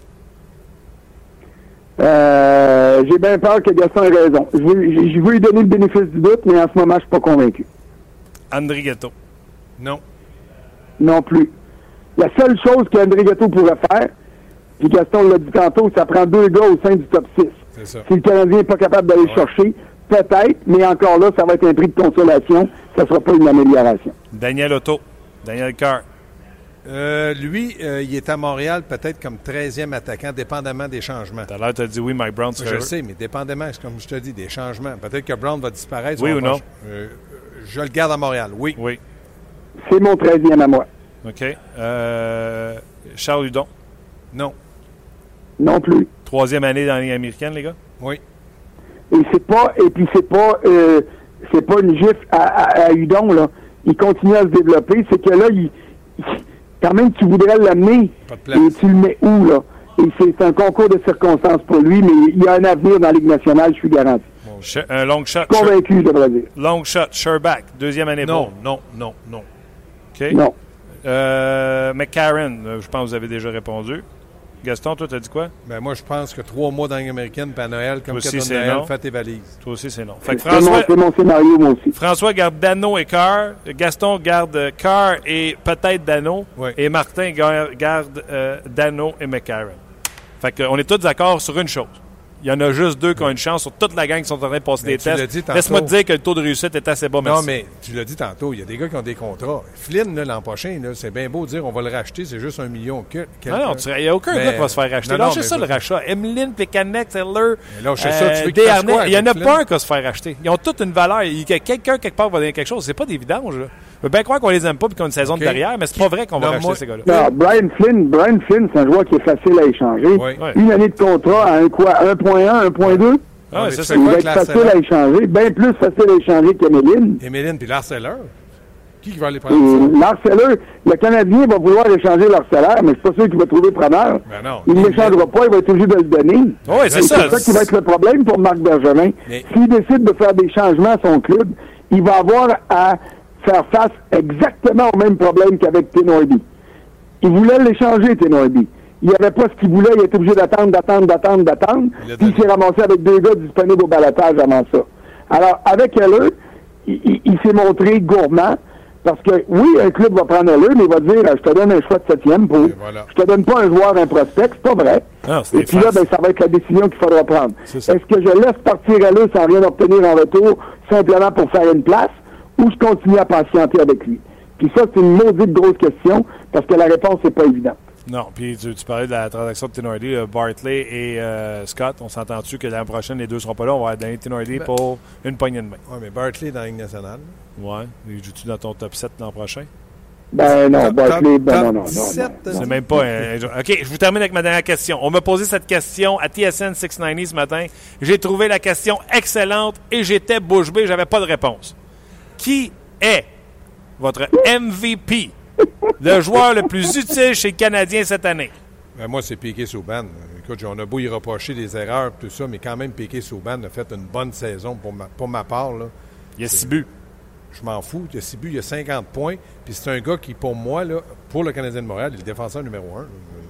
Euh, j'ai bien peur que Gaston ait raison. Je veux, je veux lui donner le bénéfice du doute, mais en ce moment, je suis pas convaincu. André Ghetto. Non. Non plus. La seule chose qu'André Ghetto pourrait faire, puis Gaston l'a dit tantôt, ça prend deux gars au sein du top six. C'est ça. Si le Canadien n'est pas capable d'aller Ouais. chercher, peut-être, mais encore là, ça va être un prix de consolation. Ça ne sera pas une amélioration. Daniel Otto. Daniel Carr. Euh, lui, euh, il est à Montréal peut-être comme treizième attaquant, dépendamment des changements. Tout à l'heure, tu as dit oui, Mike Brown serait Je heureux. sais, mais dépendamment, c'est comme je te dis, des changements. Peut-être que Brown va disparaître. Oui on ou va- non? Euh, je le garde à Montréal, oui. Oui. C'est mon treizième à moi. OK. Euh, Charles Hudon. Non. Non plus. Troisième année dans la Ligue américaine, les gars. Oui. Et c'est pas, et puis c'est pas, euh, c'est pas une gifle à, à, à Hudon, là. Il continue à se développer. C'est que là, il, il- quand même, tu voudrais l'amener. Pas de place. Et tu le mets où, là? Et c'est un concours de circonstances pour lui, mais il y a un avenir dans la Ligue nationale, je suis garanti. Sh- un long shot. Convaincu, je devrais dire. Sher- long shot. Sherbach. Deuxième année. Non, pour. non, non, non. OK. Non. Euh, McCarron. euh, Je pense que vous avez déjà répondu. Gaston, toi, t'as dit quoi? Ben moi, je pense que trois mois dans la Ligue américaine, puis à Noël, comme Toi aussi, cadeau de c'est Noël, non. fais tes valises. Toi aussi, c'est non. Fait que C'est mon, François, c'est mon scénario, moi aussi. François garde Dano et Carr. Gaston garde euh, Carr et peut-être Dano. Oui. Et Martin gar- garde euh, Dano et McCarron. Fait qu'on est tous d'accord sur une chose. Il y en a juste deux qui ont une chance sur toute la gang qui sont en train de passer Mais des tu l'as tests. dit tantôt. Laisse-moi te dire que le taux de réussite est assez bas. Non, merci. mais tu l'as dit tantôt, il y a des gars qui ont des contrats. Flynn, là, l'an prochain, là, c'est bien beau de dire on va le racheter, c'est juste un million. Que, Ah non, il n'y a aucun Mais- gars qui va se faire racheter. non, non, Lâchez mais ça, je- le rachat. Emeline, Plekanec, Seller, Mais lâchez ça, tu veux qu'il fasse Desharnais, quoi il n'y en a avec pas Flynn? un qui va se faire racheter. Ils ont toute une valeur. Il y a quelqu'un, quelque part, va donner quelque chose. C'est pas des vidanges. Là. Je veux bien croire qu'on les aime pas et qu'on a une saison Ok. de derrière, mais c'est pas vrai qu'on va Non, racheter moi- ces gars-là. Non, Brian Flynn, Brian Flynn, c'est un joueur qui est facile à échanger. Oui. Ouais. Une année de contrat à un quoi, un virgule un, un virgule deux? Ah, mais c'est tu ça. fais Il quoi va avec être Lars facile à Eller? échanger, bien plus facile à échanger qu'Emeline. Emeline puis Lars Eller. Qui qui va aller Et prendre ça? Lars Eller, le Canadien va vouloir échanger leur salaire, mais je suis pas sûr qu'il va trouver preneur. Ben non. Il ne l'échangera pas, il va être obligé de le donner. Oui, c'est Et ça. C'est ça qui va être le problème pour Marc Bergevin. Mais- S'il décide de faire des changements à son club, il va avoir à faire face exactement au même problème qu'avec Tenordi. Il voulait l'échanger, Tenordi. Il n'avait pas ce qu'il voulait, il était obligé d'attendre, d'attendre, d'attendre, d'attendre. Il a Puis il donné. s'est ramassé avec deux gars disponibles au balotage avant ça. Alors, avec Heller, il, il- il s'est montré gourmand. Parce que, oui, un club va prendre Heller, mais il va dire, je te donne un choix de septième pour... Et voilà. Je te donne pas un joueur, un prospect, c'est pas vrai. Non, c'est Et des puis là, farces. ben, ça va être la décision qu'il faudra prendre. C'est ça. Est-ce que je laisse partir Heller sans rien obtenir en retour, simplement pour faire une place, ou je continue à patienter avec lui? Puis ça, c'est une maudite grosse question, parce que la réponse n'est pas évidente. Non, puis tu, tu parlais de la transaction de Tenordi, euh, Bartley et euh, Scott. On s'entend-tu que l'année prochaine, les deux ne seront pas là? On va donner Tenordi Ben- pour une poignée de main. Oui, mais Bartley dans la Ligue nationale. Ouais. Il joue-tu dans ton top sept l'an prochain? Ben non, Top- Barkley, top- ben top non, non, non, dix-sept, non, C'est non. même pas un, un joueur. OK, je vous termine avec ma dernière question. On m'a posé cette question à T S N six cent quatre-vingt-dix ce matin. J'ai trouvé la question excellente et j'étais bouche bée, j'avais pas de réponse. Qui est votre M V P le joueur le plus utile chez le Canadien cette année? Ben moi, c'est Piquet Souban. Écoute, on a beau y reprocher des erreurs et tout ça, mais quand même, Piquet Souban a fait une bonne saison pour ma, pour ma part. Là. Il y a six buts. Je m'en fous. Il y a six buts, il y a cinquante points. Puis c'est un gars qui, pour moi, là, pour le Canadien de Montréal, est le défenseur numéro un.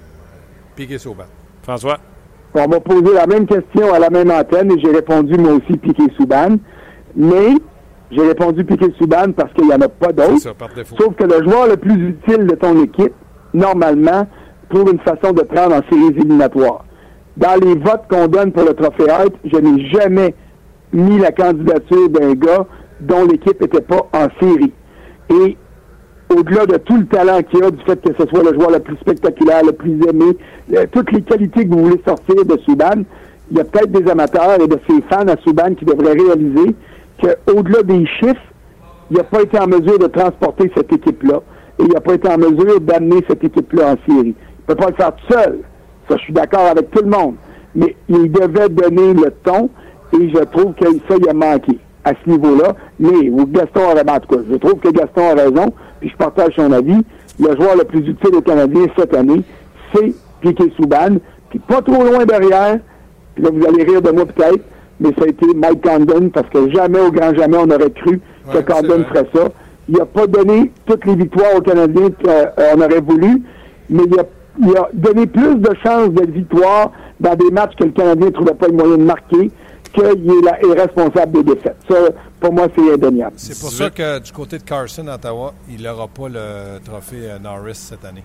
Piquet Souban. François? On m'a posé la même question à la même antenne et j'ai répondu moi aussi Piquet Souban. Mais j'ai répondu Piquet Souban parce qu'il n'y en a pas d'autres. C'est ça, par défaut. Sauf que le joueur le plus utile de ton équipe, normalement, trouve une façon de prendre en séries éliminatoires. Dans les votes qu'on donne pour le Trophée Hart, je n'ai jamais mis la candidature d'un gars dont l'équipe n'était pas en série. Et au-delà de tout le talent qu'il a, du fait que ce soit le joueur le plus spectaculaire, le plus aimé, euh, toutes les qualités que vous voulez sortir de Subban, il y a peut-être des amateurs et de ses fans à Subban qui devraient réaliser qu'au-delà des chiffres, il n'a pas été en mesure de transporter cette équipe-là et il n'a pas été en mesure d'amener cette équipe-là en série. Il ne peut pas le faire tout seul. Ça, je suis d'accord avec tout le monde. Mais il devait donner le ton et je trouve que ça, il a manqué à ce niveau-là. Mais Gaston aurait, en tout cas, je trouve que Gaston a raison, puis je partage son avis. Le joueur le plus utile aux Canadiens cette année, c'est Piquet Souban, puis pas trop loin derrière, puis là, vous allez rire de moi peut-être, mais ça a été Mike Condon, parce que jamais, au grand jamais, on aurait cru que ouais, Condon ferait ça. Il n'a pas donné toutes les victoires aux Canadiens qu'on aurait voulu, mais il a, il a donné plus de chances de victoire dans des matchs que le Canadien ne trouvait pas le moyen de marquer, qu'il est, la, est responsable des défaites. Ça, pour moi, c'est indéniable. C'est pour ça que du côté de Carson, Ottawa, il n'aura pas le trophée Norris cette année.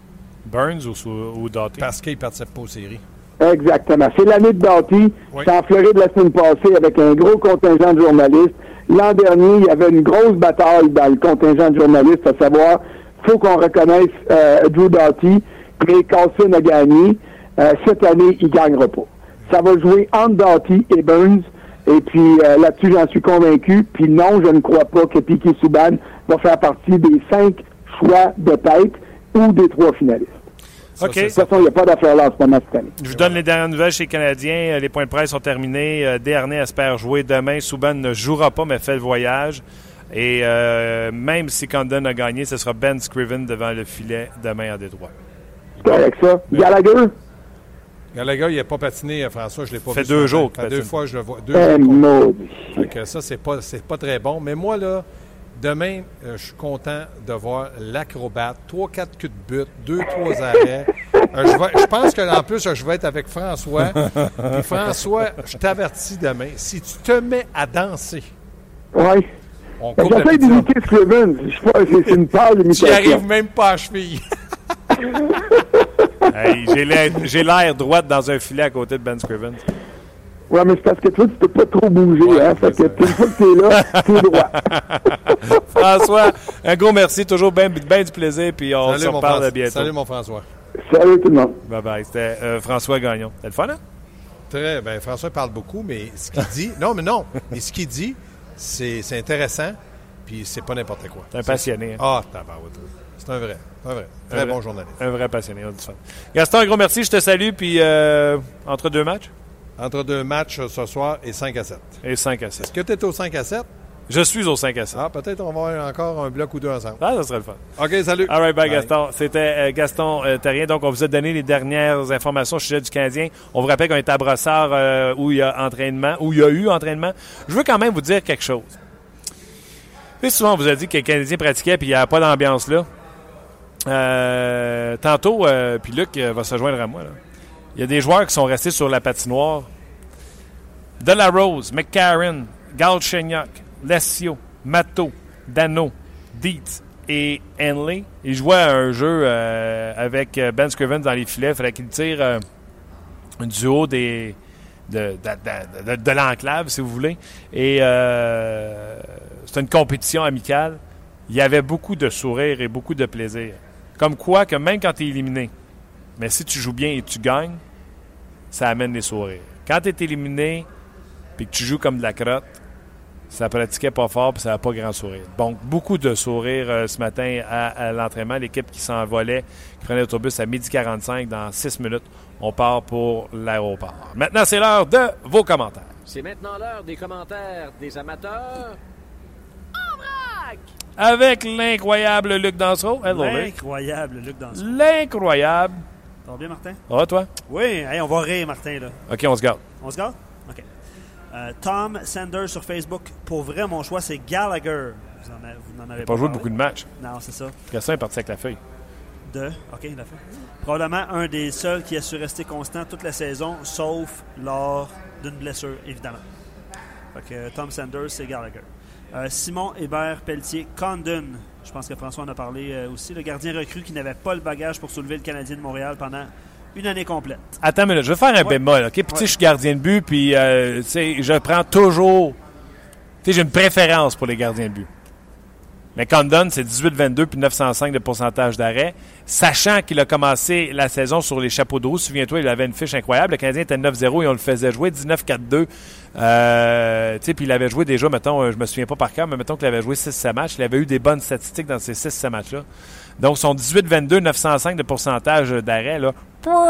Burns ou, ou Doughty? Parce qu'il ne participe pas aux séries. Exactement. C'est l'année de Doughty. Oui. C'est en Floride la semaine passée avec un gros contingent de journalistes. L'an dernier, il y avait une grosse bataille dans le contingent de journalistes, à savoir, il faut qu'on reconnaisse euh, Drew Doughty, mais Carlson a gagné. Euh, cette année, il ne gagnera pas. Ça va jouer entre Doughty et Burns. Et puis euh, là-dessus, j'en suis convaincu. Puis non, je ne crois pas que Piquet Souban va faire partie des cinq choix de tête ou des trois finalistes. OK. De toute façon, il n'y a pas d'affaire là en ce moment cette année. Je vous donne les dernières nouvelles chez les Canadiens. Les points de presse sont terminés. Euh, Desharnais espère jouer demain. Souban ne jouera pas, mais fait le voyage. Et euh, même si Condon a gagné, ce sera Ben Scriven devant le filet demain à Détroit. C'est correct ça. Gallagher? Gallagher, il n'a pas patiné, François, je ne l'ai pas fait vu. deux jours Ça fait deux fois que je le vois. Deux Eh, maudit. Fait que ça, c'est pas, c'est pas très bon. Mais moi, là, demain, euh, je suis content de voir l'acrobate. Trois, quatre coups de but, deux, trois arrêts. Euh, je, vais, je pense qu'en plus, je vais être avec François. Puis François, je t'avertis demain, si tu te mets à danser, Oui. on coupe la J'essaie pizza. d'imiter Scriven. Je sais pas, c'est, c'est une pâle Tu n'y imitation. arrives même pas à cheville. Hey, j'ai, l'air, j'ai l'air droite dans un filet à côté de Ben Scriven. Oui, mais c'est parce que toi, tu peux pas trop bouger. Ouais, hein. Fait que c'est une fois que t'es là, t'es droit. François, un gros merci. Toujours bien ben du plaisir. Puis on Salut, se mon reparle François. bientôt. Salut, mon François. Salut tout le monde. Bye-bye. C'était euh, François Gagnon. C'était le fun, hein? Très bien. François parle beaucoup, mais ce qu'il dit... Non, mais non. Mais ce qu'il dit, c'est, c'est intéressant, puis c'est pas n'importe quoi. C'est un passionné. Hein? Ah, tabarouette. C'est un vrai. C'est un vrai. Très Un bon vrai. journaliste. Un vrai passionné. On dit ça. Gaston, un gros merci. Je te salue. Puis euh, entre deux matchs Entre deux matchs ce soir et cinq à sept. et cinq à sept. Est-ce que tu es au cinq à sept? Je suis au cinq à sept. Ah, peut-être on va avoir encore un bloc ou deux ensemble. Ah, ça serait le fun. OK, salut. All right, bye, Bye. Gaston. C'était euh, Gaston euh, Terrien. Donc, on vous a donné les dernières informations au sujet du Canadien. On vous rappelle qu'on est à Brossard euh, où il y a entraînement, où il y a eu entraînement. Je veux quand même vous dire quelque chose. Tu sais, souvent, on vous a dit que les Canadiens pratiquaient puis il n'y avait pas d'ambiance là. Euh, tantôt, euh, puis Luc euh, va se joindre à moi. Là. Il y a des joueurs qui sont restés sur la patinoire. Delarose, McCarron, Galchenyuk, Lessio, Matto, Dano, Dietz et Henley. Ils jouaient à un jeu euh, avec Ben Scriven dans les filets. Il fallait qu'il tire euh, un duo des, de, de, de, de, de l'enclave, si vous voulez. Et euh, c'est une compétition amicale. Il y avait beaucoup de sourires et beaucoup de plaisir. Comme quoi que même quand tu es éliminé, mais si tu joues bien et tu gagnes, ça amène des sourires. Quand tu es éliminé et que tu joues comme de la crotte, ça pratiquait pas fort et ça n'a pas grand sourire. Donc, beaucoup de sourires euh, ce matin à, à l'entraînement. L'équipe qui s'envolait, qui prenait l'autobus à midi quarante-cinq, dans six minutes, on part pour l'aéroport. Maintenant, c'est l'heure de vos commentaires. C'est maintenant l'heure des commentaires des amateurs. En vrac! avec l'incroyable Luc Dansereau. Hello, Luc. L'incroyable Luc Dansereau. L'incroyable. Ça va bien, Martin? Ça va, toi? Oui, hey, on va rire, Martin. Là. OK, on se garde. On se garde? OK. Euh, Tom Sanders sur Facebook. Pour vrai, mon choix, c'est Gallagher. Vous en avez, vous n'en avez pas pas joué parlé. beaucoup de matchs. Non, c'est ça. Gaston est parti avec la feuille. De. OK, il l'a fait. Probablement un des seuls qui a su rester constant toute la saison, sauf lors d'une blessure, évidemment. Fait que euh, Tom Sanders, c'est Gallagher. Euh, Simon Hébert Pelletier, Condon. Je pense que François en a parlé euh, aussi. Le gardien recru qui n'avait pas le bagage pour soulever le Canadien de Montréal pendant une année complète. Attends une minute, je vais faire un Ouais. bémol, OK? Puis tu sais, je suis gardien de but, puis euh, tu sais, je prends toujours... Tu sais, j'ai une préférence pour les gardiens de but. Mais Condon, c'est dix-huit vingt-deux puis neuf cent cinq de pourcentage d'arrêt. Sachant qu'il a commencé la saison sur les chapeaux de roue, souviens-toi, il avait une fiche incroyable. Le Canadien était neuf zéro et on le faisait jouer dix-neuf quatre-deux. Euh, tu sais, puis il avait joué déjà, mettons, je me souviens pas par cœur, mais mettons qu'il avait joué six sept matchs. Il avait eu des bonnes statistiques dans ces six sept matchs-là. Donc, son dix-huit vingt-deux, neuf cent cinq de pourcentage d'arrêt, là,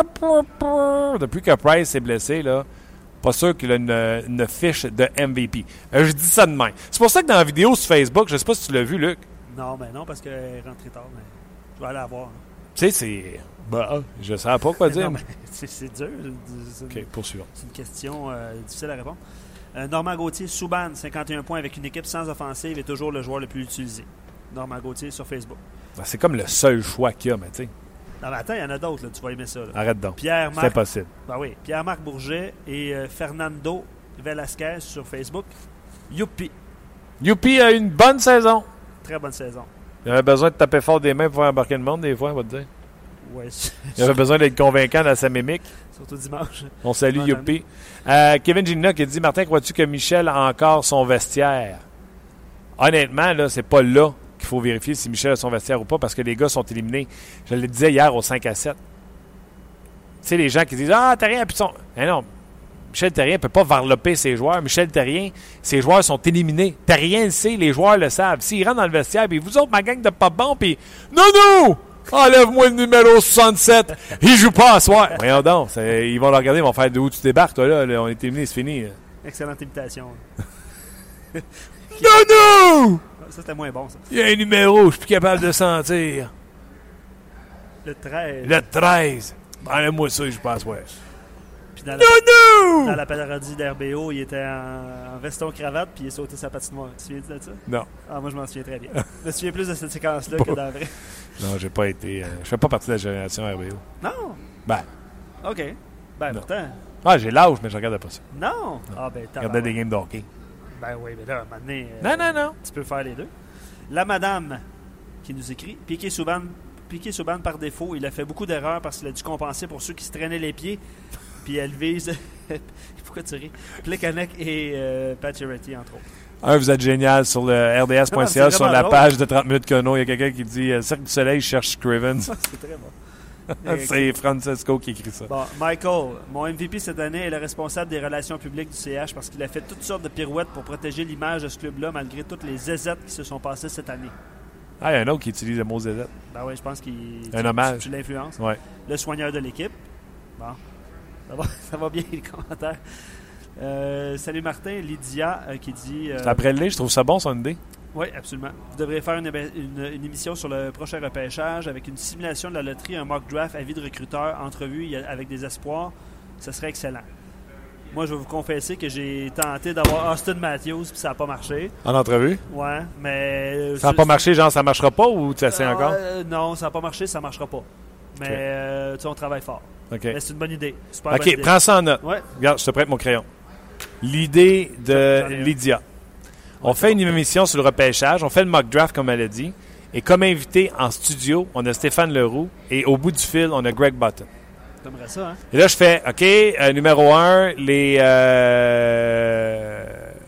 depuis que Price s'est blessé, là, pas sûr qu'il a une, une fiche de M V P. Euh, je dis ça de même. C'est pour ça que dans la vidéo sur Facebook, je ne sais pas si tu l'as vu, Luc. Non, ben non, parce qu'elle est rentrée tard, mais je vais aller la voir. Tu sais, c'est... Bah, je ne savais pas quoi dire. Non, mais c'est, c'est dur. C'est une, OK, poursuivons. c'est une question euh, difficile à répondre. Euh, Normand Gauthier, Souban, cinquante et un points avec une équipe sans offensive, est toujours le joueur le plus utilisé. Normand Gauthier sur Facebook. Ben, c'est comme le seul choix qu'il y a, mais tu sais. Non, mais attends, il y en a d'autres, là, tu vas aimer ça. Là. Arrête donc. Pierre C'est Marc, impossible. ben oui, Pierre-Marc Bourget et euh, Fernando Velasquez sur Facebook. Youpi! Youpi a eu une bonne saison. Très bonne saison. Il avait besoin de taper fort des mains pour faire embarquer le monde, des fois, on va te dire. Ouais, Il avait besoin d'être convaincant dans sa mimique. surtout dimanche. On salue Ouais, Youpi. Euh, Kevin Gina qui dit « Martin, crois-tu que Michel a encore son vestiaire? » Honnêtement, là, c'est pas là qu'il faut vérifier si Michel a son vestiaire ou pas, parce que les gars sont éliminés. Je le disais hier au cinq à sept. Tu sais, les gens qui disent « Ah, Terrien, puis son... » Eh non, Michel Terrien ne peut pas varloper ses joueurs. Michel Terrien, ses joueurs sont éliminés. Terrien le sait, les joueurs le savent. S'ils rentrent dans le vestiaire, puis vous autres, ma gang de pas bons, puis « Non, non! Enlève-moi le numéro soixante-sept! Il joue pas à soir! » Voyons donc, c'est- ils vont le regarder, ils vont faire « D'où tu débarques, toi, là? là on est éliminés, c'est fini. » Excellente imitation. Non, non! Ça, c'était moins bon, ça. Il y a un numéro, je suis plus capable de sentir. Le treize. Le treize. Enlève-moi ça, je pense, ouais. Puis dans la, Non, dans non! la parodie d'R B O, il était en, en veston-cravate puis il a sauté sa patinoire. Tu te souviens de ça? Non. Ah, moi, je m'en souviens très bien. Je me souviens plus de cette séquence-là que dans la vraie. Non, j'ai pas été. Euh, je fais pas partie de la génération R B O. Non! Ben. OK. Ben, Non. pourtant. Ah, j'ai l'âge, mais je regardais pas ça. Non! Ah, ben, Je t'as. regardais des games de hockey. Ben oui, mais là, maintenant. euh, Non, non, non. Tu peux faire les deux. La madame qui nous écrit Piqué Souban, Piqué Souban par défaut, il a fait beaucoup d'erreurs parce qu'il a dû compenser pour ceux qui se traînaient les pieds. Puis elle vise. Pourquoi tu ris? Plekanec et euh, Pacioretty, entre autres. Un, vous êtes génial sur le R D S point C A, C'est sur vraiment la drôle. page de trente minutes Cono. Il y a quelqu'un qui dit euh, Cirque du Soleil cherche Scrivens. C'est très bon. C'est Francesco qui écrit ça. Bon, Michael, mon M V P cette année est le responsable des relations publiques du C H parce qu'il a fait toutes sortes de pirouettes pour protéger l'image de ce club-là malgré toutes les zézettes qui se sont passées cette année. Ah, il y a un autre qui utilise le mot Z Z. Ben oui, je pense qu'il. Un tu, hommage. Tu, tu l'influences. Ouais. Le soigneur de l'équipe. Bon. Ça va, ça va bien les commentaires. Euh, salut Martin, Lydia euh, qui dit. Euh, C'est après le lait, je trouve ça bon son idée. Oui, absolument. Vous devriez faire une, une, une émission sur le prochain repêchage avec une simulation de la loterie, un mock draft, avis de recruteur, entrevue avec des espoirs. Ce serait excellent. Moi, je vais vous confesser que j'ai tenté d'avoir Austin Matthews puis ça n'a pas marché. En entrevue? Ouais, mais. Ça n'a pas marché, genre ça marchera pas ou tu essaies Euh, encore? euh, non, ça n'a pas marché, ça ne marchera pas. Mais Ok. euh, tu sais, on travaille fort. OK. Mais c'est une bonne idée. Super bonne OK, idée. prends ça en note. Ouais. Regarde, je te prête mon crayon. L'idée de J'en ai un. Lydia. On fait une émission sur le repêchage, on fait le mock draft comme elle a dit, et comme invité en studio, on a Stéphane Leroux, et au bout du fil, on a Greg Button. T'aimerais ça, hein? Et là, je fais, OK, euh, numéro un, les... Euh,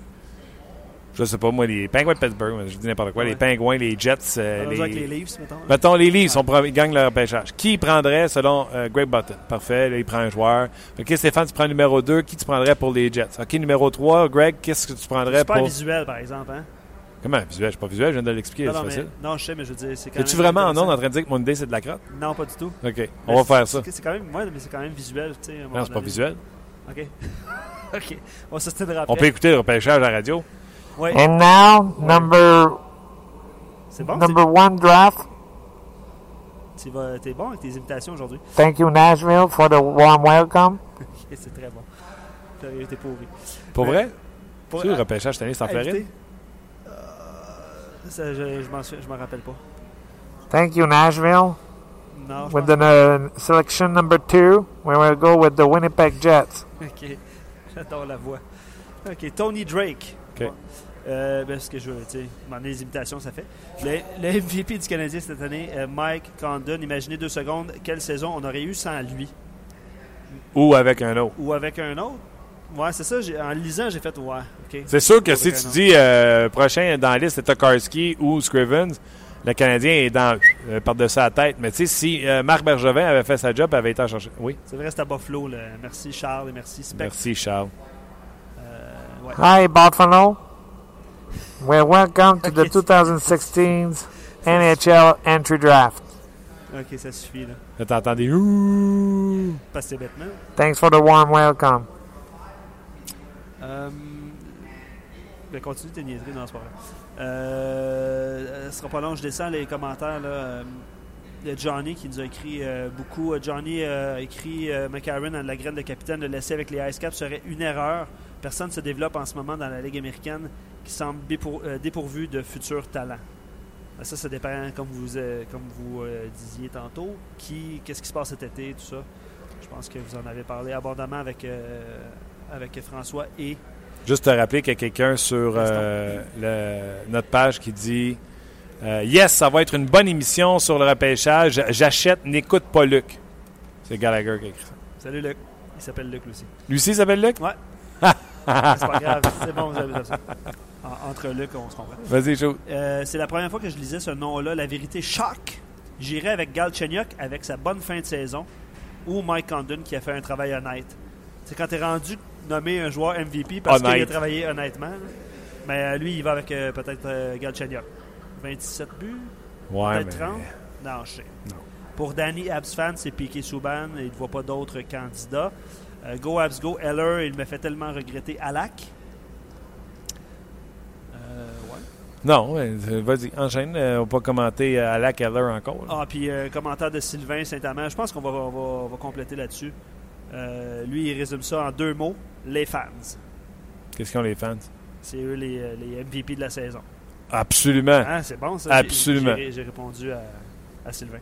je sais pas, moi, les Penguins de Pittsburgh, je dis n'importe quoi, Ouais. les Pingouins, les Jets, euh, On va les... jouer avec les Leafs, mettons. Mettons, les Leafs, on prend- ils gagnent le repêchage. Qui prendrait selon euh, Greg Button? Parfait, là, il prend un joueur. OK, Stéphane, tu prends le numéro deux. Qui tu prendrais pour les Jets? OK, numéro trois, Greg, qu'est-ce que tu prendrais Super pour... visuel, par exemple, hein? Comment? Visuel? Je suis pas visuel, je viens de l'expliquer, Non, c'est non, mais- facile. non, je sais, mais je veux dire, c'est quand Es-tu même vraiment en intéressant. ondes en train de dire que mon idée, c'est de la crotte? Non, pas du tout. OK, Mais on va c'est- faire ça. C'est c'est quand même, ouais, mais c'est quand même visuel, tu sais. à un moment Non, c'est pas donné. visuel. OK. OK. On se tiendra On après. peut écouter le repêchage à la radio. Ouais. And now, number C'est bon, number one draft. Tu vas, t'es bon avec tes imitations aujourd'hui. Thank you, Nashville, for the warm welcome. C'est très bon. T'es, t'es pourri. Pour Mais, vrai? Pour, Tu sais, le repêchage cette année, c'est en Floride? invité, euh, ça, je je m'en, souviens- je m'en rappelle pas. Thank you, Nashville. Non, je With pense the uh, selection number two, we will go with the Winnipeg Jets. OK. J'adore la voix. OK. Tony Drake. OK. Ouais. Euh, ben, ce que je veux, tu sais, m'en les imitations, ça fait. Le, le M V P du Canadien cette année, euh, Mike Condon. Imaginez deux secondes quelle saison on aurait eu sans lui. Ou avec un autre. Ou avec un autre. Ouais, c'est ça. J'ai, en le lisant, j'ai fait ouais. OK. C'est sûr que Ou si avec tu un dis euh, prochain dans la liste, c'est Tokarski ou Scrivens, le Canadien est dans euh, par-dessus la tête. Mais tu sais, si euh, Marc Bergevin avait fait sa job, avait été en chercher. Oui. C'est vrai, c'est à Buffalo. Là. Merci Charles et merci Spec. Merci, Charles. Euh, ouais. Hi, Buffalo. Well, welcome to the Okay. twenty sixteen N H L entry draft. OK, ça suffit. Là. Là, t'entends des ouh. Parce que c'est bêtement. Thanks for the warm welcome. Euh, ben, continue tes niaiseries. Non, c'est pas vrai. Euh, ce sera pas long, je descends les commentaires. Là. Euh, Il y a Johnny qui nous a écrit euh, beaucoup. Euh, Johnny euh, a écrit euh, McCarron à la graine de capitaine, le laisser avec les Ice Caps serait une erreur. Personne ne se développe en ce moment dans la Ligue américaine qui semble dépour- euh, dépourvu de futurs talents. Ben, ça, ça dépend, comme vous, euh, comme vous euh, disiez tantôt, qui, qu'est-ce qui se passe cet été, tout ça. Je pense que vous en avez parlé abondamment avec, euh, avec François et... Juste te rappeler qu'il y a quelqu'un sur euh, le- notre page qui dit euh, yes, ça va être une bonne émission sur le repêchage. J'achète, n'écoute pas Luc. C'est Gallagher qui a écrit ça. Salut Luc. Il s'appelle Luc, lui aussi. Lui aussi, il s'appelle Luc? Ouais. C'est pas grave. C'est bon, vous avez ça. En- entre Luc, on se comprend. Vas-y, chaud. Euh, c'est la première fois que je lisais ce nom-là. La vérité choque. J'irais avec Galchenyuk avec sa bonne fin de saison ou Mike Condon qui a fait un travail honnête. C'est quand tu es rendu nommé un joueur M V P parce Honnête. qu'il a travaillé honnêtement. là. Mais euh, lui, il va avec euh, peut-être euh, Galchenyuk. vingt-sept buts? Ouais, Peut-être mais... trente? Non, je sais. Non. Pour Danny Absfan, c'est Piqué Souban. Il ne voit pas d'autres candidats. Euh, go Abs Go. Eller, il me fait tellement regretter Alak. Euh, ouais. Non, ouais, vas-y, enchaîne. Euh, on va pas commenter euh, Alak Eller encore. là. Ah, puis euh, commentaire de Sylvain Saint-Amand. Je pense qu'on va, on va, on va compléter là-dessus. Euh, lui, il résume ça en deux mots. Les fans. Qu'est-ce qu'ils ont les fans? C'est eux les, euh, les M V P de la saison. Absolument. Hein, c'est bon, ça? J'ai- Absolument. J'ai, j'ai répondu à, à Sylvain.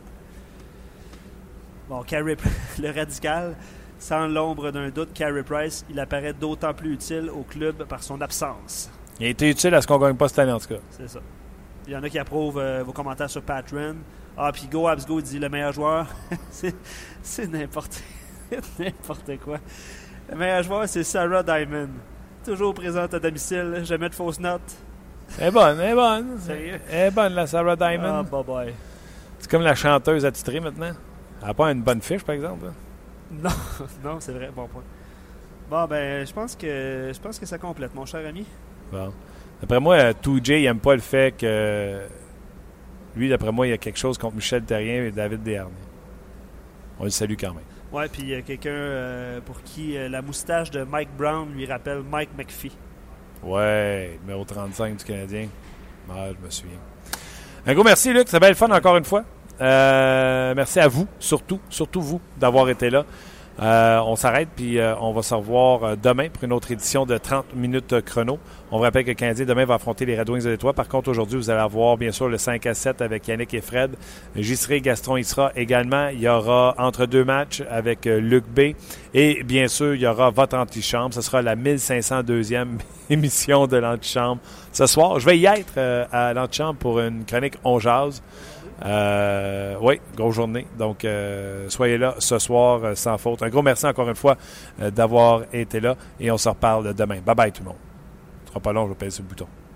Bon, Carey, le radical, sans l'ombre d'un doute, Carey Price, il apparaît d'autant plus utile au club par son absence. Il a été utile à ce qu'on gagne pas cette année, en tout cas. C'est ça. Il y en a qui approuvent euh, vos commentaires sur Patreon. Ah, puis Go Abs Go dit le meilleur joueur. c'est, c'est n'importe, n'importe quoi. Le meilleur joueur, c'est Sarah Diamond. Toujours présente à domicile. Jamais de fausses notes. Elle est bonne, elle est bonne. Sérieux? Elle est bonne, la Sarah Diamond. Ah, bye bye. C'est comme la chanteuse attitrée maintenant. Elle n'a pas une bonne fiche, par exemple. là. Non, non, c'est vrai. Bon point. Bon, ben, je pense que je pense que ça complète, mon cher ami. Bon. D'après moi, euh, deux J, il n'aime pas le fait que... Lui, d'après moi, il y a quelque chose contre Michel Terrien et David Desharnais. On le salue quand même. Ouais, puis il y a quelqu'un euh, pour qui euh, la moustache de Mike Brown lui rappelle Mike McPhee. Ouais, numéro trente-cinq du Canadien. Ah, je me souviens. Un gros merci, Luc. C'est bien le fun, encore une fois. Euh, merci à vous, surtout, surtout vous, d'avoir été là. Euh, on s'arrête, puis euh, on va se revoir euh, demain pour une autre édition de trente minutes chrono. On vous rappelle que le Canadien, demain, va affronter les Red Wings de Détroit. Par contre, aujourd'hui, vous allez avoir, bien sûr, le cinq à sept avec Yannick et Fred. J'y serai, Gaston y sera également. Il y aura entre deux matchs avec euh, Luc B. Et, bien sûr, il y aura votre antichambre. Ce sera la mille cinq cent deuxième émission de l'antichambre ce soir. Je vais y être euh, à l'antichambre pour une chronique On Jase. Euh, oui, grosse journée. Donc, euh, soyez là ce soir euh, sans faute. Un gros merci encore une fois euh, d'avoir été là et on se reparle demain. Bye bye tout le monde. Ce sera pas long, je vais passer sur le bouton.